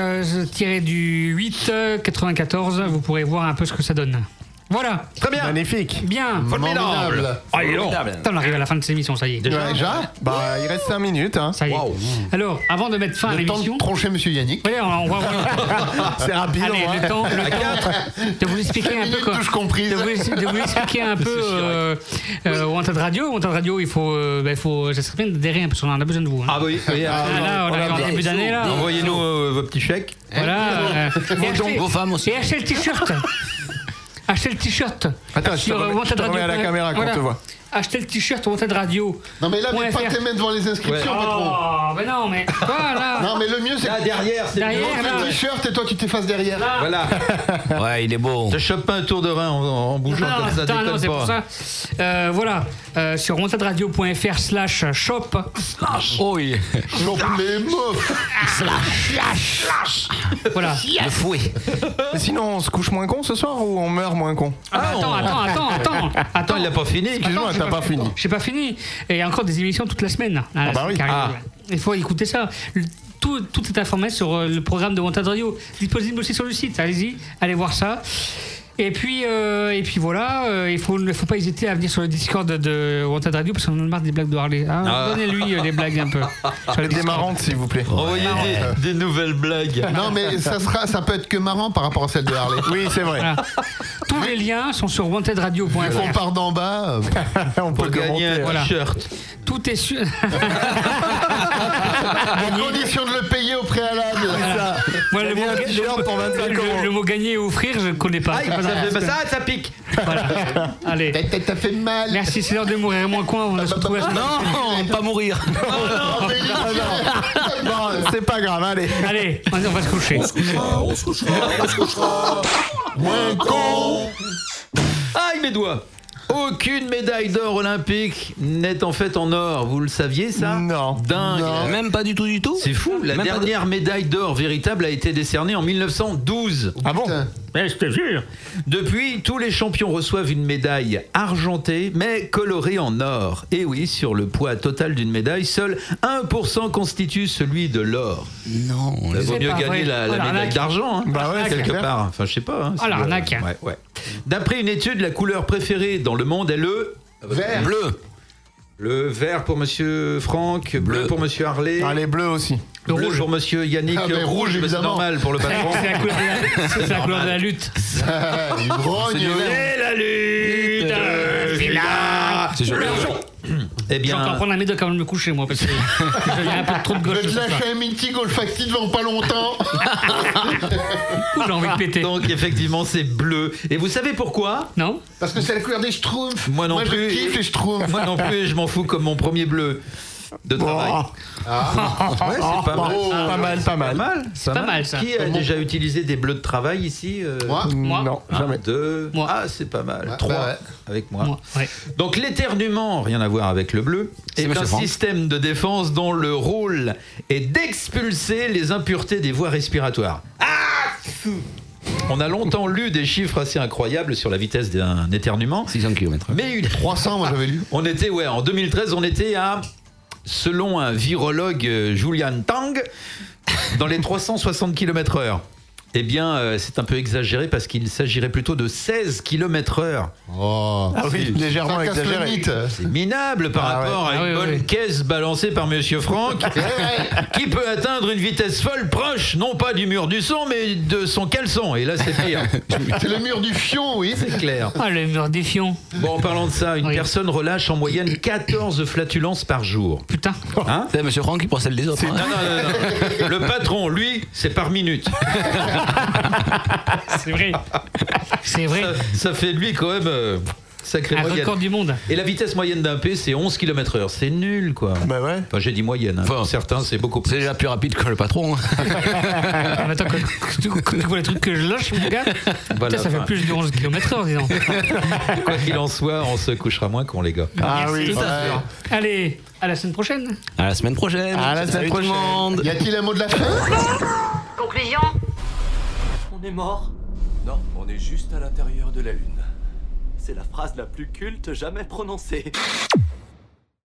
du huit quatre-vingt-quatorze. Vous pourrez voir un peu ce que ça donne. Voilà. Très bien. Magnifique. Bien. Formidable. Ah, dis donc. Putain, on arrive à la fin de cette émission, ça y est. Déjà, Déjà Bah, il reste cinq minutes. Hein. Ça y est. Alors, avant de mettre fin à Le temps l'émission. de troncher Monsieur Yannick. Oui, on, on va voir. C'est rapide. Allez, on va. le temps, le temps de vous expliquer un peu quoi. Touche comprise. De vous, de vous expliquer un peu euh, euh, Wanted Radio. Wanted Radio, il faut, euh, bah, il faut, ça serait bien d'adhérer un peu, parce qu'on en a besoin de vous. Hein. Ah oui, oui. Ah, là, on arrive en début d'année là. Envoyez-nous euh, vos petits chèques. Voilà. euh, et achetez- vos femmes aussi. Et achetez le t-shirt. Achetez le t-shirt. Attends, je te Sur, euh, remets, je Wanted te remets à la Radio. caméra quand on Voilà. te voit. Achetez le t-shirt Wanted Radio. Non mais là, mets pas Point F R. tes mains devant les inscriptions, patron. Oh, mais non, mais voilà. Non mais le mieux c'est Là, derrière, c'est Derrière, que là. le t-shirt et toi tu t'effaces derrière. Voilà. Ouais, il est beau. Te chope pas un tour de rein en, en bougeant Non, comme ça, putain, non, déconne c'est pour pas. ça. Euh, voilà, euh, sur wantedradio.fr slash shop. Oh oui. Chope les mots. Voilà. Le fouet. Mais sinon, on se couche moins con ce soir ou on meurt moins con? Ah, bah, attends, attends, attends, attends, Attends, il a pas fini. Excuse-moi, j'ai t'as pas fini. J'ai pas fini. Et il y a encore des émissions toute la semaine. Ah bah oui. Ah. Il faut écouter ça. Le- Tout, tout est informé sur euh, le programme de Wanted Radio. Disponible aussi sur le site. Allez-y, allez voir ça. Et puis, euh, et puis voilà, euh, il faut, ne faut pas hésiter à venir sur le Discord de Wanted Radio parce qu'on en a marre des blagues de Harley. Hein, Ah. Donnez-lui euh, des blagues un peu. Sur le Des Discord. marrantes, s'il vous plaît. Envoyez des, des nouvelles blagues. Non mais ça sera, ça peut être que marrant par rapport à celle de Harley. Oui, c'est vrai. Voilà. Tous les liens sont sur wantedradio point On f r. part d'en bas. euh, On Pour peut gagner un Voilà. t-shirt. Tout est sur. À condition de le payer au préalable. Voilà. Voilà, le, mot, Gagner un t-shirt le- pour vingt-cinq le- euros. le mot gagner et offrir, je ne connais pas. Aïe, C'est pas ça, ça. fait, bah, ça, ça pique. Voilà. Allez. T'as- T'as fait mal. Merci, c'est l'heure de mourir moins coin. On va se retrouver la semaine Non, pas mourir. Non, mais il- Bon, c'est pas grave, allez. Allez, on on va se coucher. On se couchera, on se couchera, on se couchera. Moins con. Aïe, mes doigts. Aucune médaille d'or olympique n'est en fait en or. Vous le saviez, ça? Non. Dingue. Non. Même pas du tout, du tout. C'est fou. La Même pas de- dernière médaille d'or véritable a été décernée en mille neuf cent douze. Ah bon? Putain. je te jure. Depuis, tous les champions reçoivent une médaille argentée, mais colorée en or. Et oui, sur le poids total d'une médaille, seul un pour cent constitue celui de l'or. Non. Il vaut C'est mieux pas gagner vrai. la, la Oh, médaille l'arnaque. d'argent, hein, Bah ouais, c'est quelque clair. part. Enfin, je sais pas. Hein, Oh, c'est le- l'arnaque. Ouais, ouais. D'après une étude, la couleur préférée dans le monde est le Vert. Bleu. le vert pour Monsieur Franck, bleu, Bleu. pour Monsieur Harley, Allez, bleu aussi. Le bleu rouge. pour Monsieur Yannick, Ah, mais rouge, rouge, mais c'est évidemment. normal pour le patron. C'est la couleur de la, c'est la couleur de la lutte. Ah, il grogne. Et la lutte, c'est là. C'est joli. Eh Je vais encore bien, prendre la médaille quand même de me coucher, moi, parce que j'ai un peu trop de Je gauche. vais te ce soir. lâcher un meeting olfactif dans pas longtemps. Ouh, j'ai envie de péter. donc effectivement, c'est bleu. Et vous savez pourquoi? Non? Parce que c'est la couleur des schtroumpfs. Moi non plus. je kiffe les schtroumpfs. Moi non plus, je m'en fous comme mon premier bleu. de travail. Oh. Ah. Ouais, c'est pas mal. Oh, pas mal, pas mal. Pas mal, C'est pas mal, ça. Qui a déjà utilisé des bleus de travail ici euh, Moi Moi. Non, Un, jamais. deux. Moi. Ah, c'est pas mal. Ouais, Trois bah ouais. avec moi. Moi, ouais. Donc l'éternuement, rien à voir avec le bleu, C'est est Monsieur un Franck. système de défense dont le rôle est d'expulser les impuretés des voies respiratoires. Ah On a longtemps lu des chiffres assez incroyables sur la vitesse d'un éternuement. six cents kilomètres. Mais une... trois cents, moi j'avais lu. On était, ouais, en deux mille treize, on était à, selon un virologue, euh, Julian Tang, dans les trois cent soixante kilomètres heure. Eh bien, euh, c'est un peu exagéré parce qu'il s'agirait plutôt de seize kilomètres heure. Oh, Ah oui, légèrement ça casse le exagéré. mythe. C'est minable par Ah rapport ouais. à une Ah oui, bonne oui. caisse balancée par Monsieur Franck, qui peut atteindre une vitesse folle proche, non pas du mur du son, mais de son caleçon. Et là, c'est pire. C'est le mur du fion, oui. C'est clair. Ah, le mur des fions. Bon, en parlant de ça, une Oui. personne relâche en moyenne quatorze flatulences par jour. Putain. Hein C'est Monsieur Franck qui procède les autres. Non, hein. non, non, non. Le patron, lui, c'est par minute. C'est vrai. C'est vrai. Ça, ça fait de lui quand même euh, sacré Un moyenne. record du monde. Et la vitesse moyenne d'un P, c'est onze kilomètres heure. C'est nul, quoi. Bah ouais. Enfin, j'ai dit moyenne. Hein. Enfin, Pour certains, c'est beaucoup plus. C'est déjà plus rapide que le patron. hein. Ah, mais attends, quand, quand- quand tu vois les trucs que je lâche, mon gars, Voilà, putain, ça fait enfin, plus de onze kilomètres heure, disons. Quoi qu'il en soit, on se couchera moins con, les gars. Ah Merci. oui, Tout à ouais. fait. Allez, à la semaine prochaine. À la semaine prochaine. À la semaine Salut tout le prochaine. monde. Y a-t-il un mot de la fin? Conclusion. On est mort? Non, on est juste à l'intérieur de la Lune. C'est la phrase la plus culte jamais prononcée.